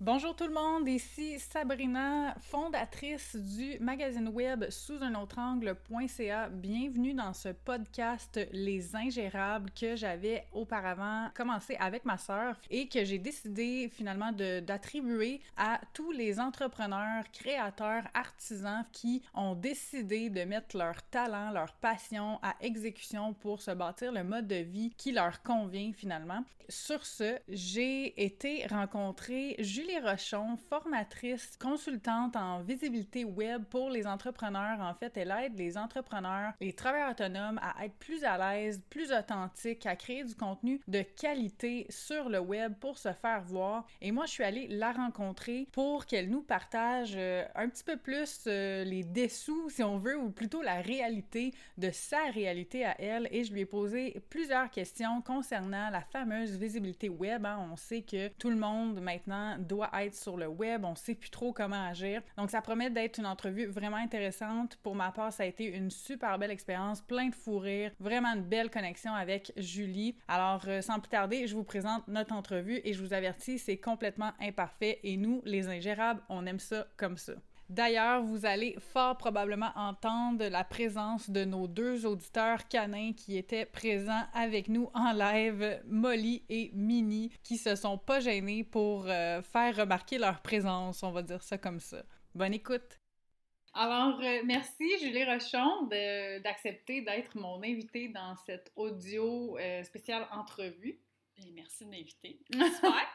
Bonjour tout le monde, ici Sabrina, fondatrice du magazine web sous un autre angle.ca. Bienvenue dans ce podcast Les Ingérables que j'avais auparavant commencé avec ma sœur et que j'ai décidé finalement d'attribuer à tous les entrepreneurs, créateurs, artisans qui ont décidé de mettre leur talent, leur passion à exécution pour se bâtir le mode de vie qui leur convient finalement. Sur ce, j'ai été rencontrer Julie Rochon, formatrice, consultante en visibilité web pour les entrepreneurs. En fait, elle aide les entrepreneurs, les travailleurs autonomes à être plus à l'aise, plus authentiques, à créer du contenu de qualité sur le web pour se faire voir. Et moi, je suis allée la rencontrer pour qu'elle nous partage un petit peu plus les dessous, si on veut, ou plutôt la réalité de sa réalité à elle. Et je lui ai posé plusieurs questions concernant la fameuse visibilité web. On sait que tout le monde maintenant doit être sur le web, on sait plus trop comment agir. Donc ça promet d'être une entrevue vraiment intéressante. Pour ma part, ça a été une super belle expérience, plein de fou rire, vraiment une belle connexion avec Julie. Alors sans plus tarder, je vous présente notre entrevue et je vous avertis, c'est complètement imparfait et nous, les ingérables, on aime ça comme ça. D'ailleurs, vous allez fort probablement entendre la présence de nos deux auditeurs canins qui étaient présents avec nous en live, Molly et Minnie, qui se sont pas gênés pour faire remarquer leur présence, on va dire ça comme ça. Bonne écoute! Alors, merci Julie Rochon d'accepter d'être mon invitée dans cette audio spéciale entrevue. Et merci de m'inviter. Super!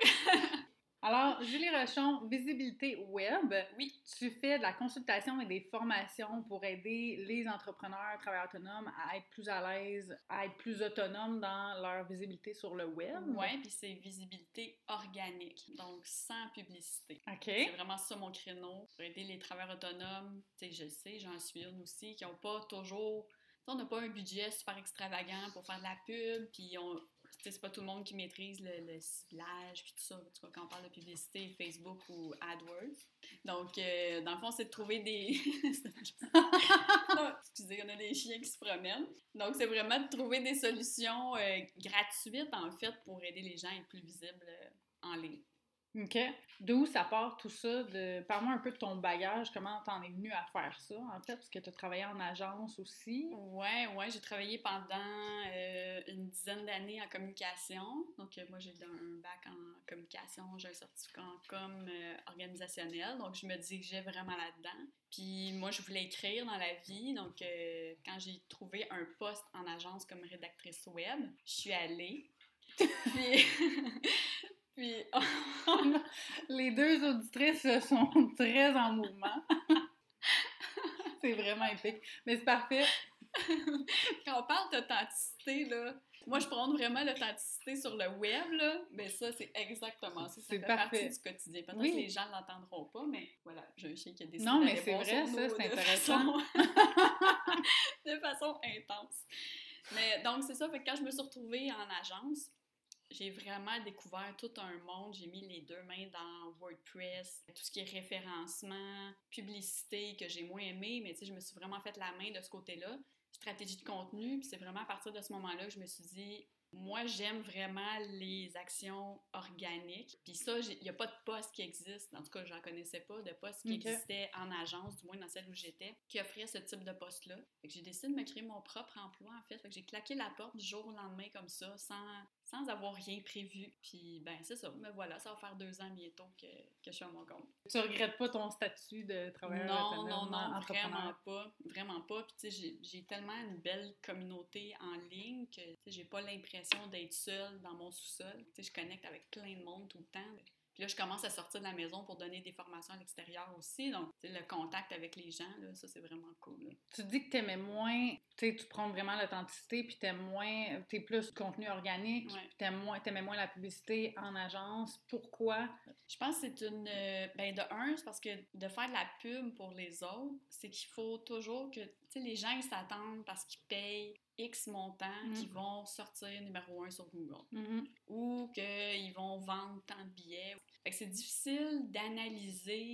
Alors, Julie Rochon, visibilité web. Oui. Tu fais de la consultation et des formations pour aider les entrepreneurs, travailleurs autonomes à être plus à l'aise, à être plus autonomes dans leur visibilité sur le web. Oui, puis c'est visibilité organique, donc sans publicité. OK. C'est vraiment ça mon créneau, pour aider les travailleurs autonomes. Tu sais, je le sais, j'en suis une aussi, qui n'ont pas toujours... On n'a pas un budget super extravagant pour faire de la pub, puis c'est pas tout le monde qui maîtrise le ciblage, puis tout ça, tu vois, quand on parle de publicité, Facebook ou AdWords. Donc, dans le fond, c'est de trouver des... non, excusez, on a des chiens qui se promènent. Donc, c'est vraiment de trouver des solutions gratuites, en fait, pour aider les gens à être plus visibles en ligne. OK. D'où ça part tout ça? Parle-moi un peu de ton bagage, comment t'en es venue à faire ça, en fait, parce que tu as travaillé en agence aussi. Ouais, j'ai travaillé pendant une dizaine d'années en communication. Donc, moi, j'ai un bac en communication, j'ai un certificat en com organisationnel. Donc, je me dirigeais vraiment là-dedans. Puis, moi, je voulais écrire dans la vie. Donc, quand j'ai trouvé un poste en agence comme rédactrice web, je suis allée. Puis, les deux auditrices sont très en mouvement. C'est vraiment épique. Mais c'est parfait. Quand on parle d'authenticité, là, moi, je prône vraiment l'authenticité sur le web, là, mais ça, c'est exactement ça. Ça fait partie du quotidien. Peut-être que les gens ne l'entendront pas, mais voilà, j'ai un chien qui a décidé non, mais c'est vrai, ça, c'est intéressant. De façon intense. Mais donc, c'est ça. Fait que quand je me suis retrouvée en agence, j'ai vraiment découvert tout un monde. J'ai mis les deux mains dans WordPress, tout ce qui est référencement, publicité que j'ai moins aimé, mais tu sais, je me suis vraiment fait la main de ce côté-là. Stratégie de contenu, puis c'est vraiment à partir de ce moment-là que je me suis dit, moi, j'aime vraiment les actions organiques. Puis ça, il n'y a pas de poste qui existe, en tout cas, j'en connaissais pas de poste qui existait en agence, du moins dans celle où j'étais, qui offrait ce type de poste-là. Fait que j'ai décidé de me créer mon propre emploi, en fait. Fait que j'ai claqué la porte du jour au lendemain comme ça, sans avoir rien prévu. Puis, ben, c'est ça. Mais voilà, ça va faire 2 ans bientôt que je suis à mon compte. Tu regrettes pas ton statut de travailleur autonome? Non, vraiment pas. Puis, tu sais, j'ai tellement une belle communauté en ligne que, tu sais, j'ai pas l'impression d'être seule dans mon sous-sol. Tu sais, je connecte avec plein de monde tout le temps. Puis là, je commence à sortir de la maison pour donner des formations à l'extérieur aussi. Donc, le contact avec les gens, là, ça, c'est vraiment cool. Là. Tu dis que t'aimais moins, tu prends vraiment l'authenticité, puis t'es plus contenu organique, puis t'aimais moins la publicité en agence. Pourquoi? Je pense que c'est de un, c'est parce que de faire de la pub pour les autres, c'est qu'il faut toujours que, tu sais, les gens, ils s'attendent parce qu'ils payent X montants qui vont sortir numéro 1 sur Google. Ou qu'ils vont vendre tant de billets. Fait que c'est difficile d'analyser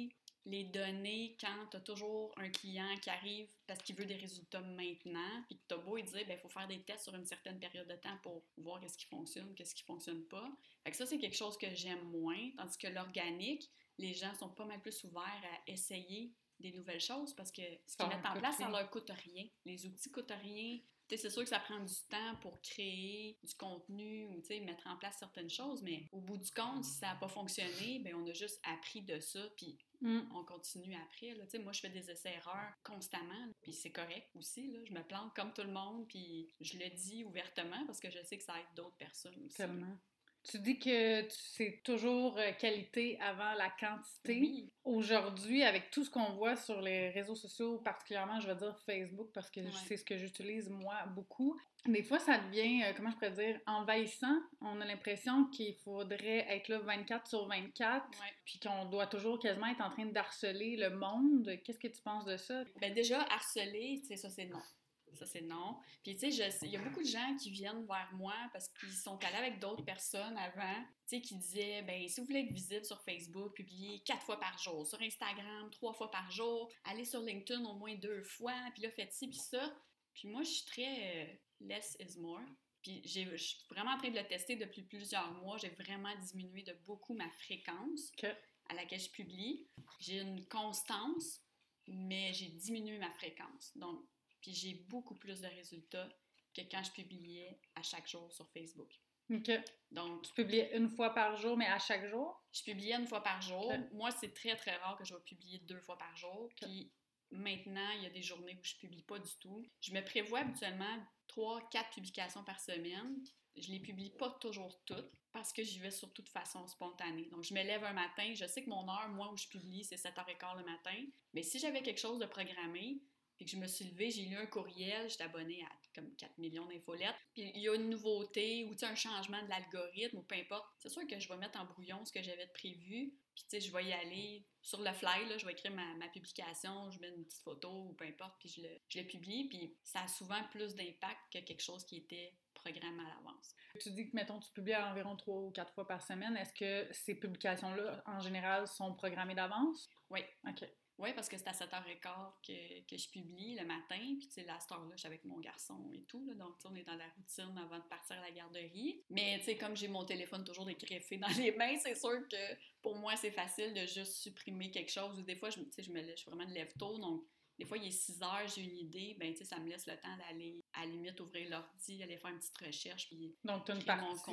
les donner quand tu as toujours un client qui arrive parce qu'il veut des résultats maintenant, puis que tu as beau lui dire, il faut faire des tests sur une certaine période de temps pour voir qu'est-ce qui fonctionne, qu'est-ce qui fonctionne pas. Fait que ça, c'est quelque chose que j'aime moins, tandis que l'organique, les gens sont pas mal plus ouverts à essayer des nouvelles choses parce que ce qu'ils mettent en place, ça leur coûte rien. Les outils coûtent rien. C'est sûr que ça prend du temps pour créer du contenu ou mettre en place certaines choses, mais au bout du compte, si ça n'a pas fonctionné, bien, on a juste appris de ça, puis on continue après. Là. Moi, je fais des essais-erreurs constamment, puis c'est correct aussi. Là. Je me plante comme tout le monde, puis je le dis ouvertement parce que je sais que ça aide d'autres personnes aussi. Tellement. Tu dis que c'est toujours qualité avant la quantité. Oui. Aujourd'hui, avec tout ce qu'on voit sur les réseaux sociaux, particulièrement, je vais dire Facebook, parce que c'est ce que j'utilise, moi, beaucoup. Des fois, ça devient, comment je pourrais dire, envahissant. On a l'impression qu'il faudrait être là 24 sur 24, puis qu'on doit toujours quasiment être en train d'harceler le monde. Qu'est-ce que tu penses de ça? Bien, déjà, harceler, ça, c'est non. Ça, c'est non. Puis, tu sais, il y a beaucoup de gens qui viennent vers moi parce qu'ils sont allés avec d'autres personnes avant, tu sais, qui disaient, ben si vous voulez être visible sur Facebook, publiez 4 fois par jour, sur Instagram, 3 fois par jour, allez sur LinkedIn au moins 2 fois, puis là, faites ci, puis ça. Puis moi, je suis très less is more. Puis je suis vraiment en train de le tester depuis plusieurs mois. J'ai vraiment diminué de beaucoup ma fréquence à laquelle je publie. J'ai une constance, mais j'ai diminué ma fréquence. Donc, puis j'ai beaucoup plus de résultats que quand je publiais à chaque jour sur Facebook. OK. Donc, tu publiais une fois par jour, mais à chaque jour? Je publiais une fois par jour. Okay. Moi, c'est très, très rare que je vais publier 2 fois par jour. Okay. Puis maintenant, il y a des journées où je publie pas du tout. Je me prévois habituellement 3-4 publications par semaine. Je les publie pas toujours toutes parce que j'y vais surtout de façon spontanée. Donc, je me lève un matin. Je sais que mon heure, moi, où je publie, c'est 7h15 le matin. Mais si j'avais quelque chose de programmé, puis que je me suis levée, j'ai lu un courriel, j'étais abonnée à comme 4 millions d'infolettes, puis il y a une nouveauté ou un changement de l'algorithme ou peu importe, c'est sûr que je vais mettre en brouillon ce que j'avais de prévu, puis tu sais, je vais y aller sur le fly, là, je vais écrire ma publication, je mets une petite photo ou peu importe, puis je le publie, puis ça a souvent plus d'impact que quelque chose qui était programmé à l'avance. Tu dis que, mettons, tu publies environ 3 ou 4 fois par semaine. Est-ce que ces publications-là, en général, sont programmées d'avance? Oui. OK. Oui, parce que c'est à 7h15 que je publie le matin, puis tu sais, à cette heure-là, je suis avec mon garçon et tout, là, donc on est dans la routine avant de partir à la garderie. Mais tu sais, comme j'ai mon téléphone toujours dégreffé dans les mains, c'est sûr que pour moi, c'est facile de juste supprimer quelque chose, ou des fois, je suis vraiment de lève tôt, donc des fois, il est 6h, j'ai une idée, ben tu sais, ça me laisse le temps d'aller, à la limite, ouvrir l'ordi, aller faire une petite recherche, puis donc, tu as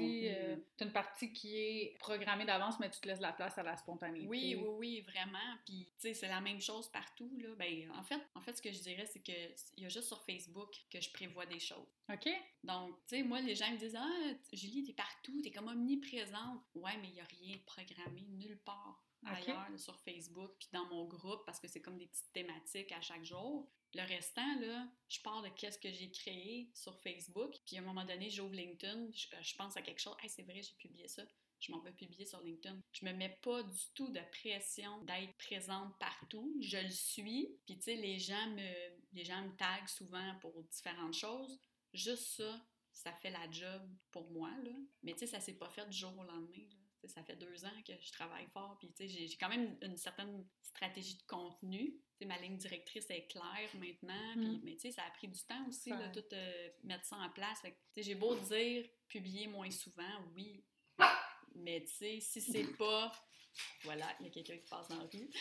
une partie qui est programmée d'avance, mais tu te laisses la place à la spontanéité. Oui, vraiment. Puis, tu sais, c'est la même chose partout, là. Ben, en fait, ce que je dirais, c'est qu'il y a juste sur Facebook que je prévois des choses. OK. Donc, tu sais, moi, les gens me disent « Ah, Julie, t'es partout, t'es comme omniprésente. » Ouais, mais il n'y a rien de programmé nulle part ailleurs, là, sur Facebook, puis dans mon groupe, parce que c'est comme des petites thématiques à chaque jour. Le restant, là, je pars de qu'est-ce que j'ai créé sur Facebook, puis à un moment donné, j'ouvre LinkedIn, je pense à quelque chose, « Hey, c'est vrai, j'ai publié ça. » Je m'en vais publier sur LinkedIn. Je me mets pas du tout de pression d'être présente partout. Je le suis. Puis, tu sais, les gens me taguent souvent pour différentes choses. Juste ça fait la job pour moi, là. Mais, tu sais, ça s'est pas fait du jour au lendemain, là. Ça fait 2 ans que je travaille fort, puis tu sais, j'ai quand même une certaine stratégie de contenu. Tu sais, ma ligne directrice est claire maintenant, puis, mais tu sais, ça a pris du temps aussi, là, tout mettre ça en place. Fait que, tu sais, j'ai beau dire publier moins souvent, oui, mais tu sais, si c'est pas... Voilà, il y a quelqu'un qui passe dans la rue.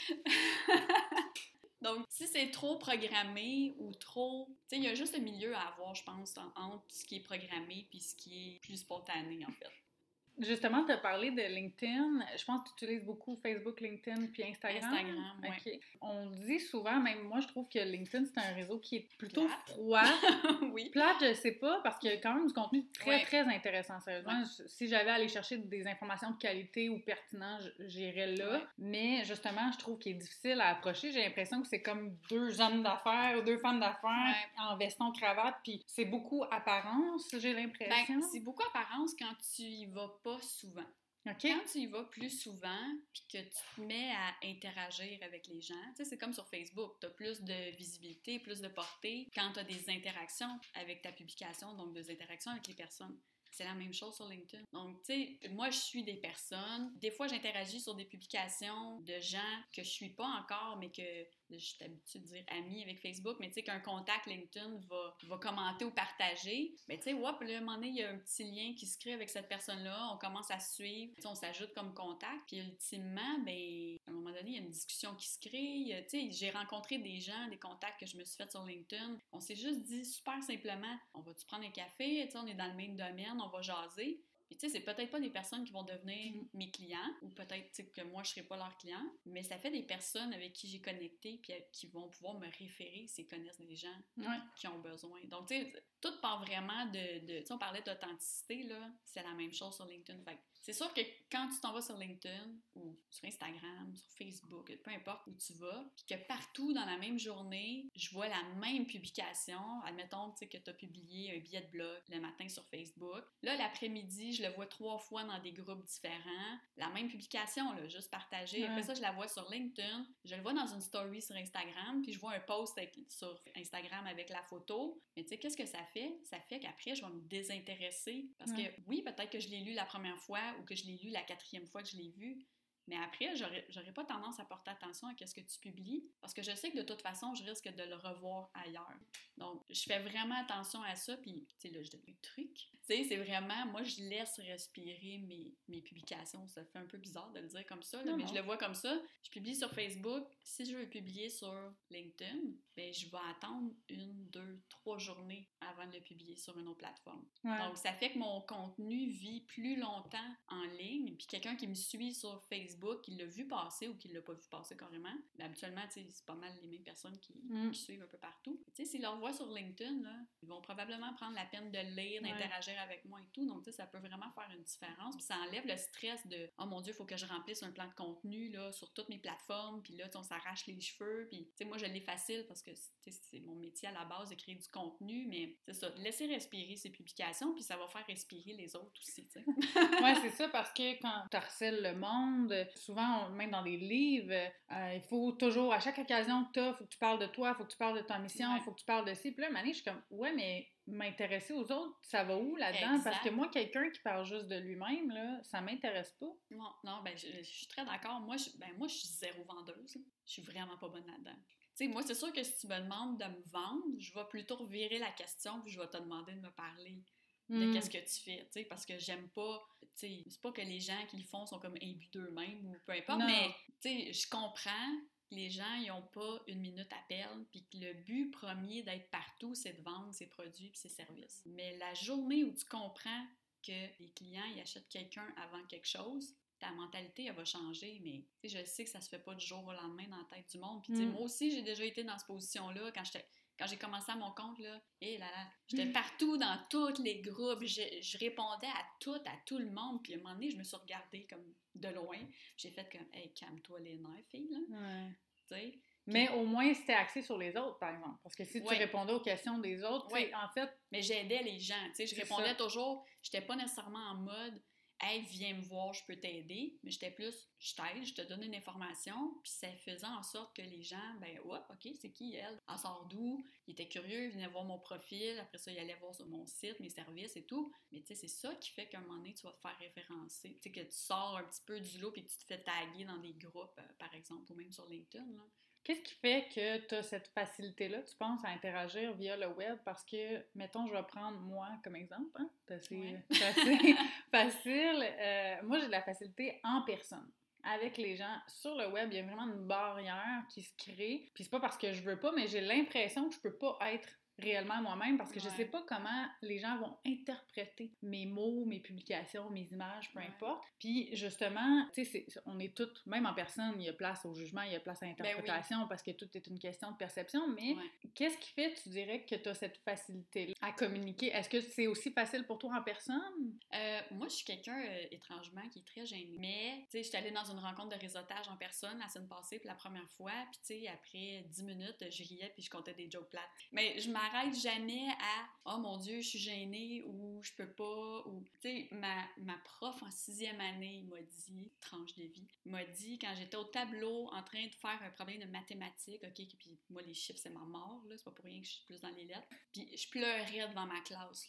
Donc, si c'est trop programmé ou trop... Tu sais, il y a juste un milieu à avoir, je pense, entre ce qui est programmé puis ce qui est plus spontané, en fait. Justement, tu as parlé de LinkedIn. Je pense que tu utilises beaucoup Facebook, LinkedIn puis Instagram. Instagram, oui. Okay. On dit souvent, même moi, je trouve que LinkedIn, c'est un réseau qui est plutôt froid. Oui. Plate, je sais pas, parce qu'il y a quand même du contenu très, très intéressant, sérieusement. Si j'avais à aller chercher des informations de qualité ou pertinentes, j'irais là. Mais justement, je trouve qu'il est difficile à approcher. J'ai l'impression que c'est comme 2 hommes d'affaires ou 2 femmes d'affaires en veston-cravate, puis c'est beaucoup apparence, j'ai l'impression. Ben, c'est beaucoup apparence quand tu y vas pas souvent. Okay. Quand tu y vas plus souvent, puis que tu te mets à interagir avec les gens, tu sais, c'est comme sur Facebook, tu as plus de visibilité, plus de portée quand tu as des interactions avec ta publication, donc des interactions avec les personnes. C'est la même chose sur LinkedIn. Donc, tu sais, moi, je suis des personnes. Des fois, j'interagis sur des publications de gens que je suis pas encore, mais que je suis habituée de dire amis avec Facebook, mais tu sais, qu'un contact LinkedIn va commenter ou partager. Mais tu sais, hop, là, à un moment donné, il y a un petit lien qui se crée avec cette personne-là. On commence à se suivre. Tu sais, on s'ajoute comme contact. Puis, ultimement, ben, à un moment donné, il y a une discussion qui se crée. Tu sais, j'ai rencontré des gens, des contacts que je me suis fait sur LinkedIn. On s'est juste dit super simplement, on va-tu prendre un café? Tu sais, on est dans le même domaine, on va jaser. Puis, tu sais, c'est peut-être pas des personnes qui vont devenir mes clients, ou peut-être que moi, je serai pas leur client, mais ça fait des personnes avec qui j'ai connecté, puis qui vont pouvoir me référer s'ils connaissent des gens qui ont besoin. Donc, tu sais, tout part vraiment de tu sais, on parlait d'authenticité, là, c'est la même chose sur LinkedIn. Fait c'est sûr que quand tu t'en vas sur LinkedIn, ou sur Instagram, sur Facebook, peu importe où tu vas, puis que partout dans la même journée, je vois la même publication, admettons, tu sais, que tu as publié un billet de blog le matin sur Facebook. Là, l'après-midi, je le vois 3 fois dans des groupes différents. La même publication, là, juste partagée. Après ça, je la vois sur LinkedIn. Je le vois dans une story sur Instagram, puis je vois un post sur Instagram avec la photo. Mais tu sais, qu'est-ce que ça fait? Ça fait qu'après, je vais me désintéresser. Parce que oui, peut-être que je l'ai lu la première fois ou que je l'ai lu la 4e fois que je l'ai vu. Mais après, j'aurais pas tendance à porter attention à ce que tu publies parce que je sais que de toute façon, je risque de le revoir ailleurs. Donc, je fais vraiment attention à ça. Puis, tu sais, là, je donne des trucs. Tu sais, c'est vraiment, moi, je laisse respirer mes publications. Ça fait un peu bizarre de le dire comme ça, là, mais je le vois comme ça. Je publie sur Facebook. Si je veux publier sur LinkedIn, ben, je vais attendre 1, 2, 3 journées avant de le publier sur une autre plateforme. Donc, ça fait que mon contenu vit plus longtemps en ligne. Puis, quelqu'un qui me suit sur Facebook, qui l'a vu passer ou qui l'a pas vu passer carrément, mais habituellement, c'est pas mal les mêmes personnes qui suivent un peu partout. Tu sais, s'ils le voient sur LinkedIn, là, ils vont probablement prendre la peine de le lire, d'interagir avec moi et tout. Donc, tu sais, ça peut vraiment faire une différence. Puis ça enlève le stress de « Oh mon Dieu, il faut que je remplisse un plan de contenu là, sur toutes mes plateformes. » Puis là, on s'arrache les cheveux. Puis, tu sais, moi, je l'ai facile parce que c'est mon métier à la base de créer du contenu, mais c'est ça, laisser respirer ces publications, puis ça va faire respirer les autres aussi, tu sais. Ouais, c'est ça, parce que quand tu harcèles le monde, souvent, même dans des livres, il faut toujours, à chaque occasion que tu as, il faut que tu parles de toi, il faut que tu parles de ta mission, il faut que tu parles de ci. Puis là, Mané, je suis comme, ouais, mais m'intéresser aux autres, ça va où là-dedans? Exact. Parce que moi, quelqu'un qui parle juste de lui-même, là, ça m'intéresse pas. Non, ben, je suis très d'accord. Moi, je suis zéro vendeuse. Je suis vraiment pas bonne là-dedans. Tu sais, moi, c'est sûr que si tu me demandes de me vendre, je vais plutôt revirer la question, puis je vais te demander de me parler de qu'est-ce que tu fais, tu sais, parce que j'aime pas, tu sais, c'est pas que les gens qui le font sont comme imbus d'eux-mêmes ou peu importe, mais, tu sais, je comprends que les gens, ils ont pas une minute à perdre, puis que le but premier d'être partout, c'est de vendre ses produits puis ses services. Mais la journée où tu comprends que les clients, ils achètent quelqu'un avant quelque chose, ta mentalité, elle va changer, mais tu sais, je sais que ça se fait pas du jour au lendemain dans la tête du monde, puis tu sais, moi aussi, j'ai déjà été dans cette position-là quand j'ai commencé à mon compte, là, j'étais partout dans tous les groupes, je répondais à tout le monde, puis à un moment donné, je me suis regardée comme de loin, j'ai fait comme « Hey, calme-toi les nerfs, fille, là! » Tu sais? Mais au moins, c'était axé sur les autres, par exemple. Parce que si tu répondais aux questions des autres, en fait... Mais j'aidais les gens, tu sais, je répondais toujours, j'étais pas nécessairement en mode « Hey, viens me voir, je peux t'aider », mais j'étais plus « Je t'aide, je te donne une information », puis ça faisait en sorte que les gens, ben, ouais, OK, c'est qui elle? Elle sort d'où? Ils étaient curieux, ils venaient voir mon profil, après ça, ils allaient voir sur mon site, mes services et tout. Mais tu sais, c'est ça qui fait qu'à un moment donné, tu vas te faire référencer. Tu sais, que tu sors un petit peu du lot et que tu te fais taguer dans des groupes, par exemple, ou même sur LinkedIn, là. Qu'est-ce qui fait que tu as cette facilité-là, tu penses, à interagir via le web? Parce que, mettons, je vais prendre moi comme exemple, hein? C'est assez facile. Moi, j'ai de la facilité en personne. Avec les gens sur le web, il y a vraiment une barrière qui se crée. Puis c'est pas parce que je veux pas, mais j'ai l'impression que je peux pas être réellement moi-même parce que je sais pas comment les gens vont interpréter mes mots, mes publications, mes images, peu importe. Puis justement, tu sais, on est toutes, même en personne, il y a place au jugement, il y a place à l'interprétation parce que tout est une question de perception, mais qu'est-ce qui fait, tu dirais, que tu as cette facilité à communiquer? Est-ce que c'est aussi facile pour toi en personne? Moi, je suis quelqu'un, étrangement, qui est très gêné. Mais, tu sais, j'étais allée dans une rencontre de réseautage en personne la semaine passée, puis la première fois, puis tu sais, après 10 minutes, je riais puis je comptais des jokes plates. Mais je m'arrête jamais à « Oh mon Dieu, je suis gênée » ou « Je peux pas » ou... Tu sais, ma prof en 6e année m'a dit, tranche de vie, m'a dit quand j'étais au tableau en train de faire un problème de mathématiques, OK, puis moi, les chiffres, c'est ma mort, là, c'est pas pour rien que je suis plus dans les lettres, puis je pleurais devant ma classe, là.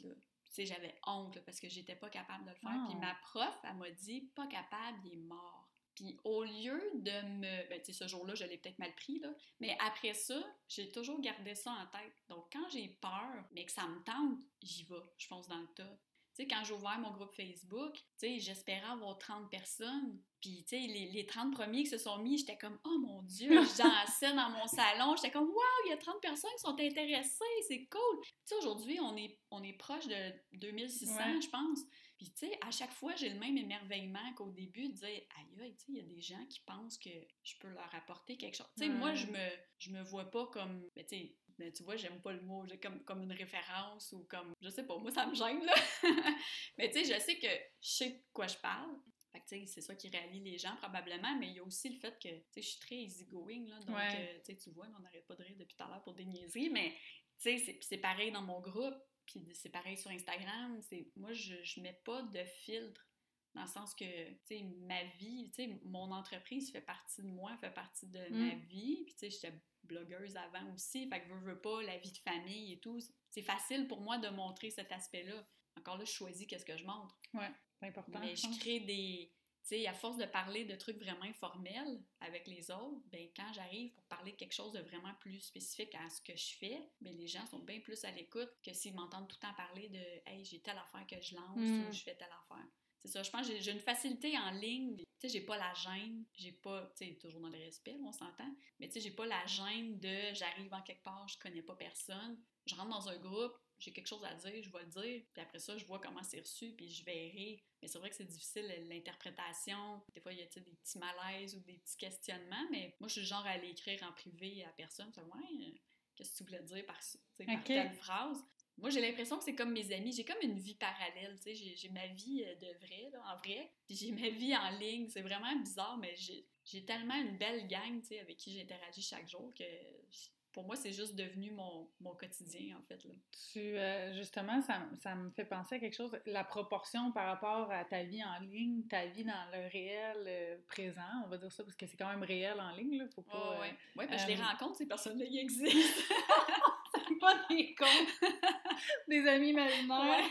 Tu sais, j'avais honte là, parce que j'étais pas capable de le faire. Puis ma prof, elle m'a dit « Pas capable, il est mort ». Puis au lieu de me... Ben, tu sais, ce jour-là, je l'ai peut-être mal pris, là. Mais après ça, j'ai toujours gardé ça en tête. Donc, quand j'ai peur, mais que ça me tente, j'y vais. Je fonce dans le tas. Tu sais, quand j'ai ouvert mon groupe Facebook, tu sais, j'espérais avoir 30 personnes. Puis, tu sais, les 30 premiers qui se sont mis, j'étais comme « Oh mon Dieu! » Je dansais dans mon salon. J'étais comme « Wow! Il y a 30 personnes qui sont intéressées! C'est cool! » Tu sais, aujourd'hui, on est proche de 2600, je pense. Puis, tu sais, à chaque fois, j'ai le même émerveillement qu'au début de dire « Aïe, aïe, tu sais, il y a des gens qui pensent que je peux leur apporter quelque chose. » Tu sais, moi, je me vois pas comme... Mais tu sais, mais tu vois, j'aime pas le mot, j'ai comme une référence ou comme... Je sais pas, moi, ça me gêne, là. Mais tu sais, je sais que je sais de quoi je parle. Fait que, tu sais, c'est ça qui rallie les gens, probablement, mais il y a aussi le fait que, tu sais, je suis très easygoing, là, donc, tu sais, tu vois, on n'arrête pas de rire depuis tout à l'heure pour des niaiseries, mais, tu sais, c'est pareil dans mon groupe, puis c'est pareil sur Instagram, moi, je mets pas de filtre, dans le sens que, tu sais, ma vie, tu sais, mon entreprise fait partie de moi, fait partie de ma vie, puis, tu sais, j'étais blogueuse avant aussi, fait que veux pas, la vie de famille et tout, c'est facile pour moi de montrer cet aspect-là. Encore là, je choisis qu'est-ce que je montre. Ouais. C'est important. Mais je crée des... Tu sais, à force de parler de trucs vraiment informels avec les autres, ben quand j'arrive pour parler de quelque chose de vraiment plus spécifique à ce que je fais, ben les gens sont bien plus à l'écoute que s'ils m'entendent tout le temps parler de « Hey, j'ai telle affaire que je lance ou je fais telle affaire. » C'est ça, je pense que j'ai une facilité en ligne. Tu sais, j'ai pas la gêne, j'ai pas... Tu sais, toujours dans le respect, on s'entend, mais tu sais, j'ai pas la gêne de « J'arrive en quelque part, je connais pas personne, je rentre dans un groupe, j'ai quelque chose à dire, je vais le dire, puis après ça, je vois comment c'est reçu, puis je verrai. Mais c'est vrai que c'est difficile, l'interprétation. Des fois, il y a des petits malaises ou des petits questionnements, mais moi, je suis le genre à aller écrire en privé à personne. Ça, ouais, qu'est-ce que tu voulais dire par telle phrase? Moi, j'ai l'impression que c'est comme mes amis. J'ai comme une vie parallèle, tu sais. J'ai ma vie de vrai, là, en vrai, puis j'ai ma vie en ligne. C'est vraiment bizarre, mais j'ai tellement une belle gang, tu sais, avec qui j'interagis chaque jour que... Pour moi, c'est juste devenu mon quotidien, en fait. Là. Justement, ça me fait penser à quelque chose, la proportion par rapport à ta vie en ligne, ta vie dans le réel présent, on va dire ça, parce que c'est quand même réel en ligne, là, faut pas... Oui, je les rencontre, ces personnes-là, ils existent. C'est pas des cons, des amis imaginaires.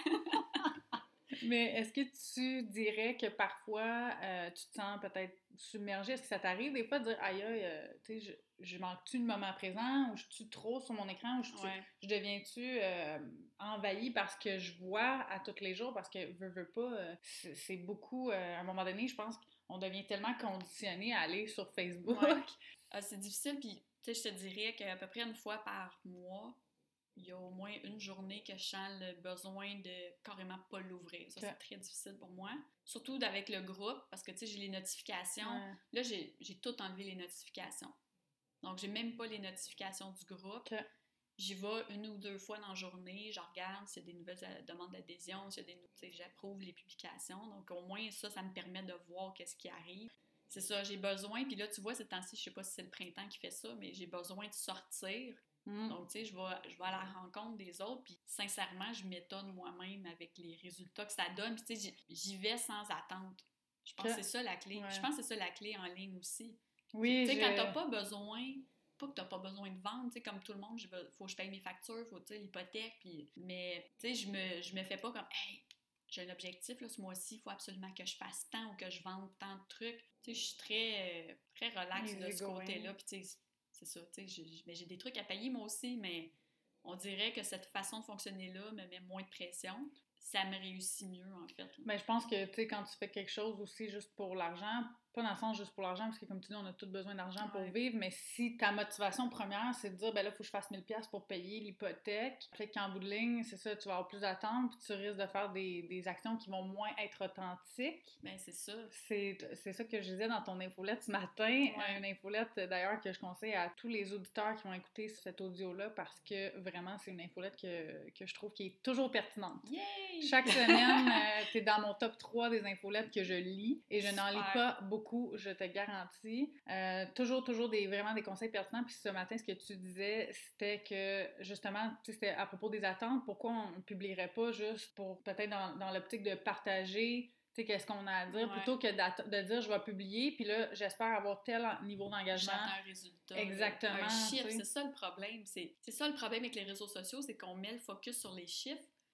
Mais est-ce que tu dirais que parfois, tu te sens peut-être submergée? Est-ce que ça t'arrive des fois de dire « Aïe, tu sais, je manque-tu de moment présent ou je suis trop sur mon écran ou je deviens-tu envahie parce que je vois à tous les jours parce que veux pas, c'est beaucoup, à un moment donné, je pense qu'on devient tellement conditionné à aller sur Facebook. C'est difficile, puis tu sais, je te dirais qu'à peu près une fois par mois, il y a au moins une journée que je sens le besoin de carrément pas l'ouvrir. Ça, c'est très difficile pour moi. Surtout avec le groupe, parce que, tu sais, j'ai les notifications. Là, j'ai tout enlevé les notifications. Donc, j'ai même pas les notifications du groupe. J'y vais une ou deux fois dans la journée. Je regarde s'il y a des nouvelles demandes d'adhésion, s'il y a des... J'approuve les publications. Donc, au moins, ça me permet de voir qu'est-ce qui arrive. C'est ça, j'ai besoin. Puis là, tu vois, ces temps-ci, je sais pas si c'est le printemps qui fait ça, mais j'ai besoin de sortir. Donc, tu sais, je vais à la rencontre des autres, puis sincèrement, je m'étonne moi-même avec les résultats que ça donne. Puis, tu sais, j'y vais sans attente. Je pense que c'est ça la clé. Je pense que c'est ça la clé en ligne aussi. Oui, tu sais, quand t'as pas besoin... Pas que t'as pas besoin de vendre, tu sais, comme tout le monde, faut que je paye mes factures, faut, tu sais, l'hypothèque, puis... Mais, tu sais, je me fais pas comme, hey, j'ai un objectif, là, ce mois-ci, il faut absolument que je fasse tant ou que je vende tant de trucs. Tu sais, je suis très, très relax de ce côté-là, puis tu sais, c'est ça, tu sais, mais j'ai des trucs à payer, moi aussi, mais on dirait que cette façon de fonctionner-là me met moins de pression. Ça me réussit mieux, en fait. Mais je pense que, tu sais, quand tu fais quelque chose aussi juste pour l'argent, pas dans le sens juste pour l'argent, parce que comme tu dis, on a tous besoin d'argent pour vivre, mais si ta motivation première, c'est de dire, ben là, il faut que je fasse 1000$ pour payer l'hypothèque, peut-être qu'en bout de ligne, c'est ça, tu vas avoir plus d'attentes, puis tu risques de faire des actions qui vont moins être authentiques. Ben, c'est ça. C'est ça que je disais dans ton infolette ce matin, une infolette, d'ailleurs, que je conseille à tous les auditeurs qui vont écouter cet audio-là, parce que vraiment, c'est une infolette que je trouve qui est toujours pertinente. Yay! Chaque semaine, t'es dans mon top 3 des infolettes que je lis, et je n'en lis pas beaucoup, je te garantis. Toujours vraiment des conseils pertinents. Puis ce matin, ce que tu disais, c'était que, justement, c'était à propos des attentes, pourquoi on ne publierait pas juste pour, peut-être dans l'optique de partager, tu sais, qu'est-ce qu'on a à dire, plutôt que de dire, je vais publier, puis là, j'espère avoir tel niveau d'engagement. J'attends un résultat. Exactement. Un chiffre, c'est ça le problème. C'est ça le problème avec les réseaux sociaux, c'est qu'on met le focus sur les chiffres,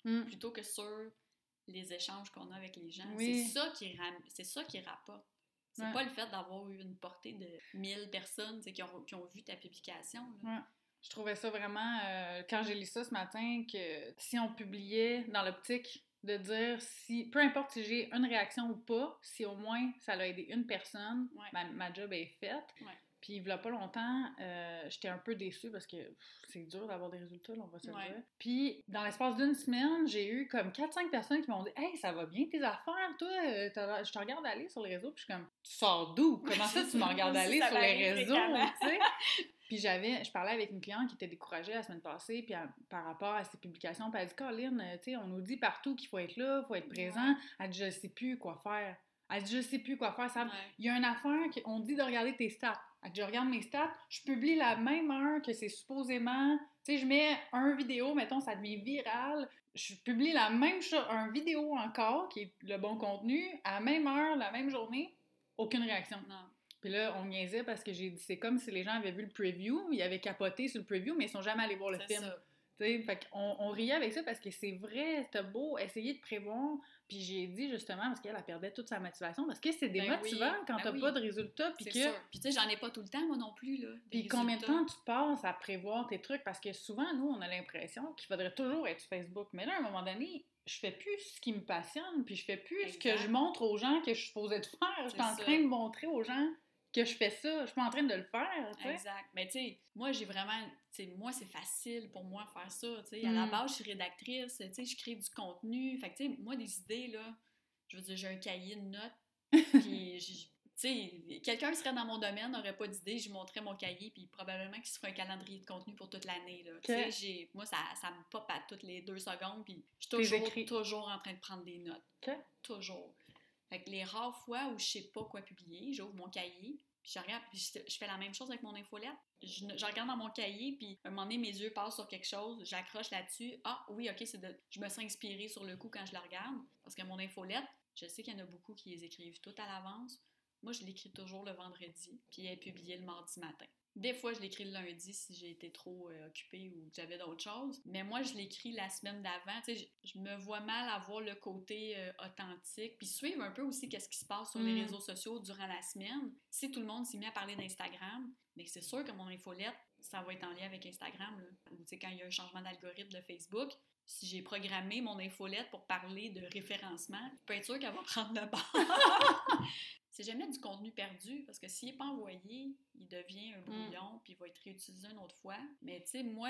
plutôt que sur les échanges qu'on a avec les gens. Oui. C'est ça qui rapporte. C'est pas le fait d'avoir eu une portée de 1000 personnes qui ont vu ta publication. Là. Ouais. Je trouvais ça vraiment, quand j'ai lu ça ce matin, que si on publiait dans l'optique de dire si, peu importe si j'ai une réaction ou pas, si au moins ça a aidé une personne, ma job est faite. Ouais. Puis, il y a pas longtemps, j'étais un peu déçue parce que c'est dur d'avoir des résultats, là, on va se le dire. Puis, dans l'espace d'une semaine, j'ai eu comme 4-5 personnes qui m'ont dit « Hey, ça va bien tes affaires, toi? Je te regarde aller sur les réseaux. » Puis, je suis comme « Tu sors d'où? Comment ça, tu me regardes aller sur les réseaux? » Tu sais? Puis je parlais avec une cliente qui était découragée la semaine passée, puis par rapport à ses publications, puis elle dit « Caroline, tu sais, on nous dit partout qu'il faut être là, il faut être présent. » Elle dit « Je sais plus quoi faire. » Elle dit « Je sais plus quoi faire. Ça, il y a une affaire qu'on dit de regarder tes stats. » Elle dit « Je regarde mes stats, je publie la même heure que c'est supposément... Tu sais, je mets un vidéo, mettons, ça devient viral. Je publie la même chose, un vidéo encore, qui est le bon contenu, à la même heure, la même journée, aucune réaction. » Non. Puis là, on niaisait parce que j'ai dit, c'est comme si les gens avaient vu le preview, ils avaient capoté sur le preview, mais ils sont jamais allés voir le film. T'sais, fait qu'on riait avec ça parce que c'est vrai, t'as beau essayer de prévoir. Puis j'ai dit justement, parce qu'elle perdait toute sa motivation, parce que c'est démotivant quand t'as pas de résultats. Puis sûr. Puis tu sais, j'en ai pas tout le temps, moi non plus. Là, puis combien de temps tu passes à prévoir tes trucs? Parce que souvent, nous, on a l'impression qu'il faudrait toujours être sur Facebook. Mais là, à un moment donné, je fais plus ce qui me passionne, puis je fais plus ce que je montre aux gens que je suis supposée de faire. Je suis en train de montrer aux gens que je fais ça, je suis pas en train de le faire, tu sais. Exact. Mais tu sais, moi, j'ai vraiment... Tu sais, moi, c'est facile pour moi faire ça, tu sais. À la base, je suis rédactrice, tu sais, je crée du contenu. Fait que, tu sais, moi, des idées, là, je veux dire, j'ai un cahier de notes, puis, tu sais, quelqu'un qui serait dans mon domaine n'aurait pas d'idée, je lui montrais mon cahier, puis probablement qu'il se ferait un calendrier de contenu pour toute l'année, là. Tu sais, moi, ça me pop à toutes les 2 secondes, puis je suis toujours en train de prendre des notes. Toujours. Fait que les rares fois où je sais pas quoi publier, j'ouvre mon cahier, puis je regarde, puis je fais la même chose avec mon infolette. Je regarde dans mon cahier, puis à un moment donné, mes yeux passent sur quelque chose, j'accroche là-dessus. Ah oui, ok, je me sens inspirée sur le coup quand je la regarde, parce que mon infolette, je sais qu'il y en a beaucoup qui les écrivent toutes à l'avance. Moi, je l'écris toujours le vendredi, puis elle est publiée le mardi matin. Des fois, je l'écris le lundi si j'ai été trop occupée ou que j'avais d'autres choses. Mais moi, je l'écris la semaine d'avant. Tu sais, je me vois mal avoir le côté authentique. Puis suivre un peu aussi qu'est-ce qui se passe sur les réseaux sociaux durant la semaine. Si tout le monde s'est mis à parler d'Instagram, bien, c'est sûr que mon infolette, ça va être en lien avec Instagram. Là. Ou tu sais, quand il y a un changement d'algorithme de Facebook, si j'ai programmé mon infolette pour parler de référencement, je peux être sûre qu'elle va prendre le bord. C'est jamais du contenu perdu, parce que s'il n'est pas envoyé, il devient un brouillon, puis il va être réutilisé une autre fois. Mais tu sais, moi,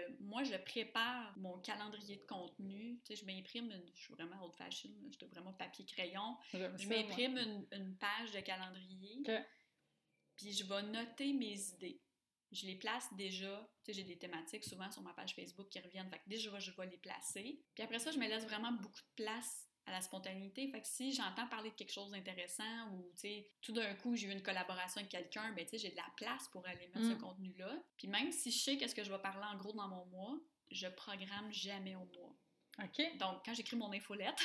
je prépare mon calendrier de contenu. Tu sais, je m'imprime, je suis vraiment old-fashioned, je suis vraiment papier-crayon. Je m'imprime une page de calendrier, puis je vais noter mes idées. Je les place déjà. Tu sais, j'ai des thématiques souvent sur ma page Facebook qui reviennent, fait que déjà, je vais les placer. Puis après ça, je me laisse vraiment beaucoup de place à la spontanéité. Fait que si j'entends parler de quelque chose d'intéressant ou, tu sais, tout d'un coup, j'ai eu une collaboration avec quelqu'un, ben, tu sais, j'ai de la place pour aller mettre ce contenu-là. Puis même si je sais qu'est-ce que je vais parler en gros dans mon mois, je programme jamais au mois. OK. Donc, quand j'écris mon infolette,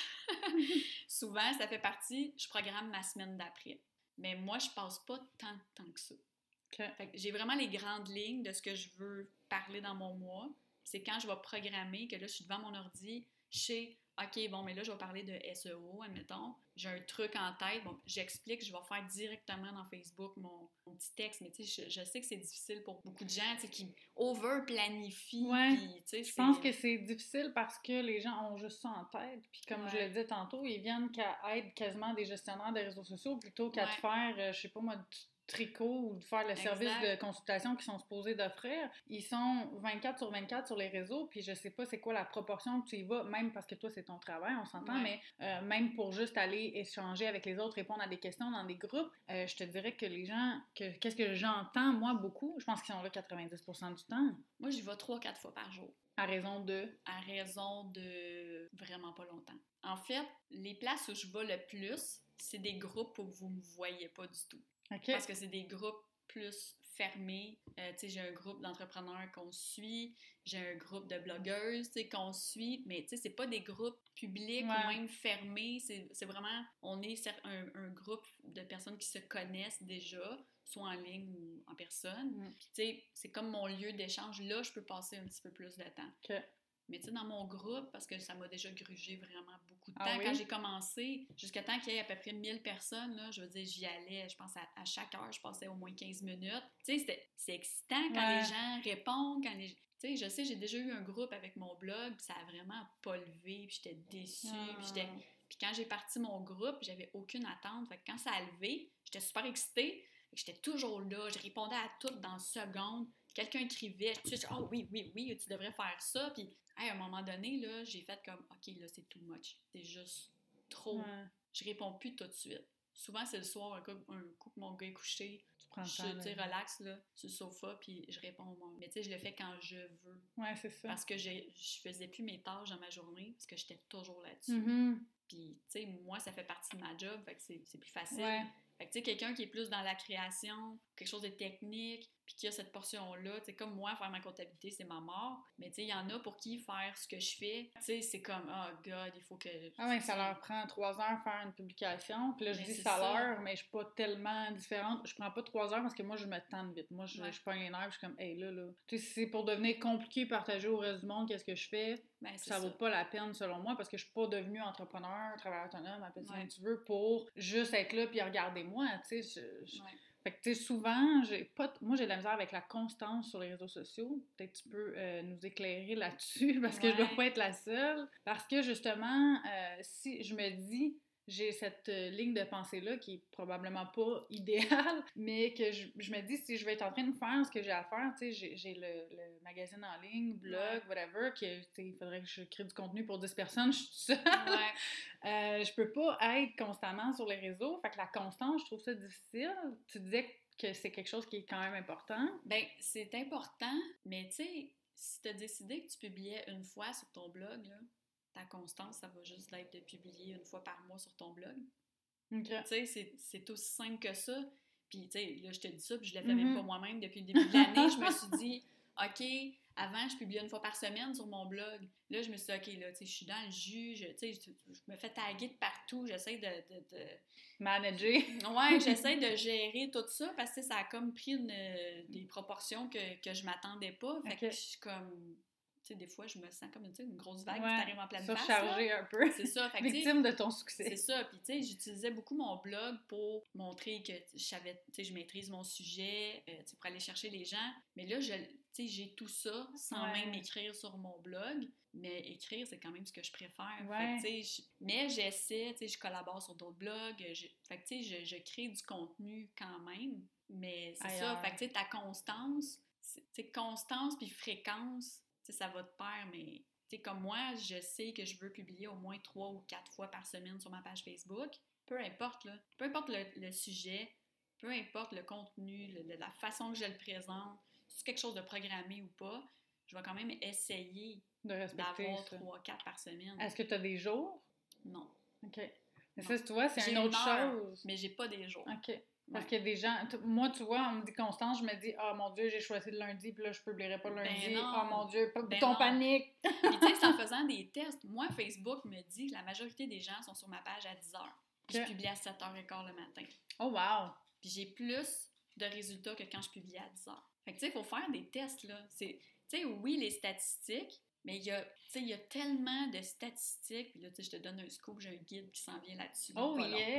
souvent, ça fait partie, je programme ma semaine d'après. Mais moi, je passe pas tant de temps que ça. Okay. Fait que j'ai vraiment les grandes lignes de ce que je veux parler dans mon mois. C'est quand je vais programmer, que là, je suis devant mon ordi, je sais... OK, bon, mais là, je vais parler de SEO, admettons. J'ai un truc en tête. Bon, j'explique, je vais faire directement dans Facebook mon petit texte. Mais tu sais, je sais que c'est difficile pour beaucoup de gens, tu sais, qui over-planifient. Ouais, puis, je pense que c'est difficile parce que les gens ont juste ça en tête. Puis comme je le disais tantôt, ils viennent qu'à être quasiment des gestionnaires de réseaux sociaux plutôt qu'à te faire, je sais pas moi, tricot ou de faire le service de consultation qu'ils sont supposés d'offrir. Ils sont 24/24 sur les réseaux, puis je sais pas c'est quoi la proportion que tu y vas, même parce que toi, c'est ton travail, on s'entend, mais même pour juste aller échanger avec les autres, répondre à des questions dans des groupes, je te dirais que les gens, qu'est-ce que j'entends, moi, beaucoup, je pense qu'ils sont là 90% du temps. Moi, j'y vais 3-4 fois par jour. À raison de? À raison de vraiment pas longtemps. En fait, les places où je vais le plus, c'est des groupes où vous me voyez pas du tout. Okay. Parce que c'est des groupes plus fermés. Tu sais, j'ai un groupe d'entrepreneurs qu'on suit, j'ai un groupe de blogueuses, tu sais, qu'on suit, mais tu sais, c'est pas des groupes publics ou même fermés, c'est vraiment, on est un groupe de personnes qui se connaissent déjà, soit en ligne ou en personne. Puis tu sais, c'est comme mon lieu d'échange. Là, je peux passer un petit peu plus de temps. Okay. Mais tu sais, dans mon groupe, parce que ça m'a déjà grugé vraiment beaucoup de temps. Ah oui? Quand j'ai commencé, jusqu'à temps qu'il y ait à peu près 1000 personnes, là, je veux dire, j'y allais, je pense à chaque heure, je passais au moins 15 minutes. Tu sais, c'est excitant quand les gens répondent, quand les... Tu sais, je sais, j'ai déjà eu un groupe avec mon blog, puis ça a vraiment pas levé, puis j'étais déçue, Puis quand j'ai parti mon groupe, j'avais aucune attente. Fait que quand ça a levé, j'étais super excitée. J'étais toujours là, je répondais à tout dans une seconde. Quelqu'un écrivait, je disais, oh oui, tu devrais faire ça. Puis à un moment donné, là, j'ai fait comme, OK, là, c'est too much. C'est juste trop. Ouais. Je réponds plus tout de suite. Souvent, c'est le soir, un coup que mon gars est couché. Tu prends le Je temps. suis relax là, sur le sofa, puis je réponds. Mais tu sais, je le fais quand je veux. Ouais, c'est ça. Parce que je faisais plus mes tâches dans ma journée, parce que j'étais toujours là-dessus. Mm-hmm. Puis, tu sais, moi, ça fait partie de ma job, fait que c'est plus facile. Ouais. Fait que, tu sais, quelqu'un qui est plus dans la création, quelque chose de technique, puis qui a cette portion-là, tu sais, comme moi, faire ma comptabilité, c'est ma mort. Mais, tu sais, il y en a pour qui faire ce que je fais, tu sais, c'est comme, oh God, il faut que... Ah ouais, ça leur prend 3 heures faire une publication. Puis là, je dis ça l'heure, mais je suis pas tellement différente. Je prends pas 3 heures parce que moi, je me tente vite. Moi, je pogne les nerfs, je suis comme, hey, là. Tu sais, si c'est pour devenir compliqué, partager au reste du monde qu'est-ce que je fais, ça vaut pas la peine, selon moi, parce que je suis pas devenue entrepreneur, travailleur autonome, appelle ça comme tu veux, pour juste être là puis regardez-moi, tu sais. Fait que, tu sais, souvent, moi, j'ai de la misère avec la constance sur les réseaux sociaux. Peut-être que tu peux nous éclairer là-dessus, parce que je dois pas être la seule. Parce que, justement, si je me dis, j'ai cette ligne de pensée-là qui est probablement pas idéale, mais que je me dis, si je vais être en train de faire ce que j'ai à faire, tu sais, j'ai le magazine en ligne, blog, whatever, que, tu sais, il faudrait que je crée du contenu pour 10 personnes, je suis seule. Je peux pas être constamment sur les réseaux, fait que la constance, je trouve ça difficile. Tu disais que c'est quelque chose qui est quand même important. Ben, c'est important, mais tu sais, si tu as décidé que tu publiais une fois sur ton blog, là, ta constance, ça va juste être de publier une fois par mois sur ton blog. Okay. Tu sais, c'est aussi simple que ça. Puis, tu sais, là, je te dis ça, puis je le fais même pas moi-même depuis le début de l'année. Je me suis dit, OK, avant, je publiais une fois par semaine sur mon blog. Là, je me suis dit, OK, là, tu sais, je suis dans le jus, tu sais, je me fais taguer de partout, j'essaie de... Manager. Ouais, j'essaie de gérer tout ça, parce que ça a comme pris des proportions que je m'attendais pas. Fait que je suis comme... Tu sais, des fois, je me sens comme une grosse vague qui t'arrive en pleine face. Surchargée un peu. C'est ça. Fait que, victime de ton succès. C'est ça. Puis, tu sais, j'utilisais beaucoup mon blog pour montrer que je maîtrise mon sujet, pour aller chercher les gens. Mais là, j'ai tout ça sans même écrire sur mon blog. Mais écrire, c'est quand même ce que je préfère. Ouais. Fait que, mais j'essaie, je collabore sur d'autres blogs. Fait que, tu sais, je crée du contenu quand même. Mais c'est ça. Fait que, tu sais, ta constance, constance puis fréquence, ça va de pair, mais comme moi, je sais que je veux publier au moins 3 ou 4 fois par semaine sur ma page Facebook. Peu importe, là. Peu importe le sujet, peu importe le contenu, la façon que je le présente, si c'est quelque chose de programmé ou pas, je vais quand même essayer d'avoir 3-4 par semaine. Est-ce que tu as des jours? Non. OK. Mais ça, tu vois, c'est une autre chose. Mais j'ai pas des jours. OK. Parce qu'il y a des gens... Moi, tu vois, on me dit Constance, je me dis « Ah, mon Dieu, j'ai choisi le lundi, puis là, je publierai pas le lundi. Ah, mon Dieu, ton panique! » Puis tu sais, c'est en faisant des tests. Moi, Facebook me dit que la majorité des gens sont sur ma page à 10h. Puis je publie à 7h15 le matin. Oh, wow! Puis j'ai plus de résultats que quand je publie à 10h. Fait que tu sais, il faut faire des tests, là. Tu sais, oui, les statistiques, mais il y a tellement de statistiques. Puis là, tu sais, je te donne un scoop, j'ai un guide qui s'en vient là-dessus. Oh, yeah!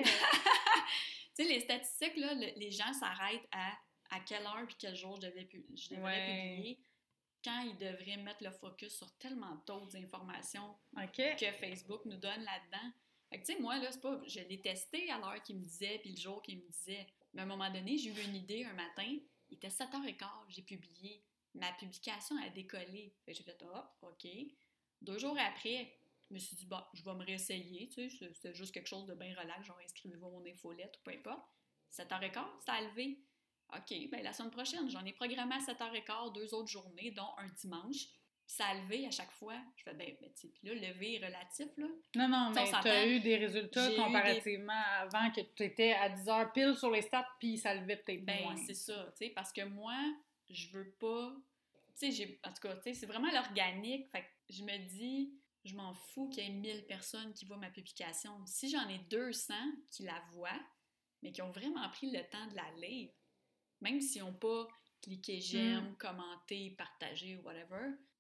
Tu sais, les statistiques, là, les gens s'arrêtent à quelle heure puis quel jour je devrais publier, quand ils devraient mettre le focus sur tellement d'autres informations que Facebook nous donne là-dedans. Fait que, tu sais, moi, là, c'est pas... Je l'ai testé à l'heure qu'il me disait puis le jour qu'il me disait. Mais à un moment donné, j'ai eu une idée un matin. Il était 7h15, j'ai publié. Ma publication a décollé. Fait que j'ai fait « Hop, OK ». 2 jours après... Je me suis dit, bon, je vais me réessayer, tu sais, c'est juste quelque chose de bien relax, genre inscrivez-vous à mon infolette ou peu importe. 7h15, ça a levé. OK, bien la semaine prochaine, j'en ai programmé à 7h15 2 autres journées, dont un dimanche. Ça a levé à chaque fois. Je fais, ben tu sais, puis là, lever est relatif, là. Non, mais tu as eu des résultats comparativement avant que tu étais à 10h pile sur les stats, puis ça levait peut-être moins. Ben, c'est ça, tu sais, parce que moi, je veux pas... Tu sais, en tout cas, tu sais, c'est vraiment l'organique. Fait que je me dis... Je m'en fous qu'il y ait 1000 personnes qui voient ma publication. Si j'en ai 200 qui la voient, mais qui ont vraiment pris le temps de la lire, même s'ils n'ont pas cliqué j'aime, commenté, partagé, whatever,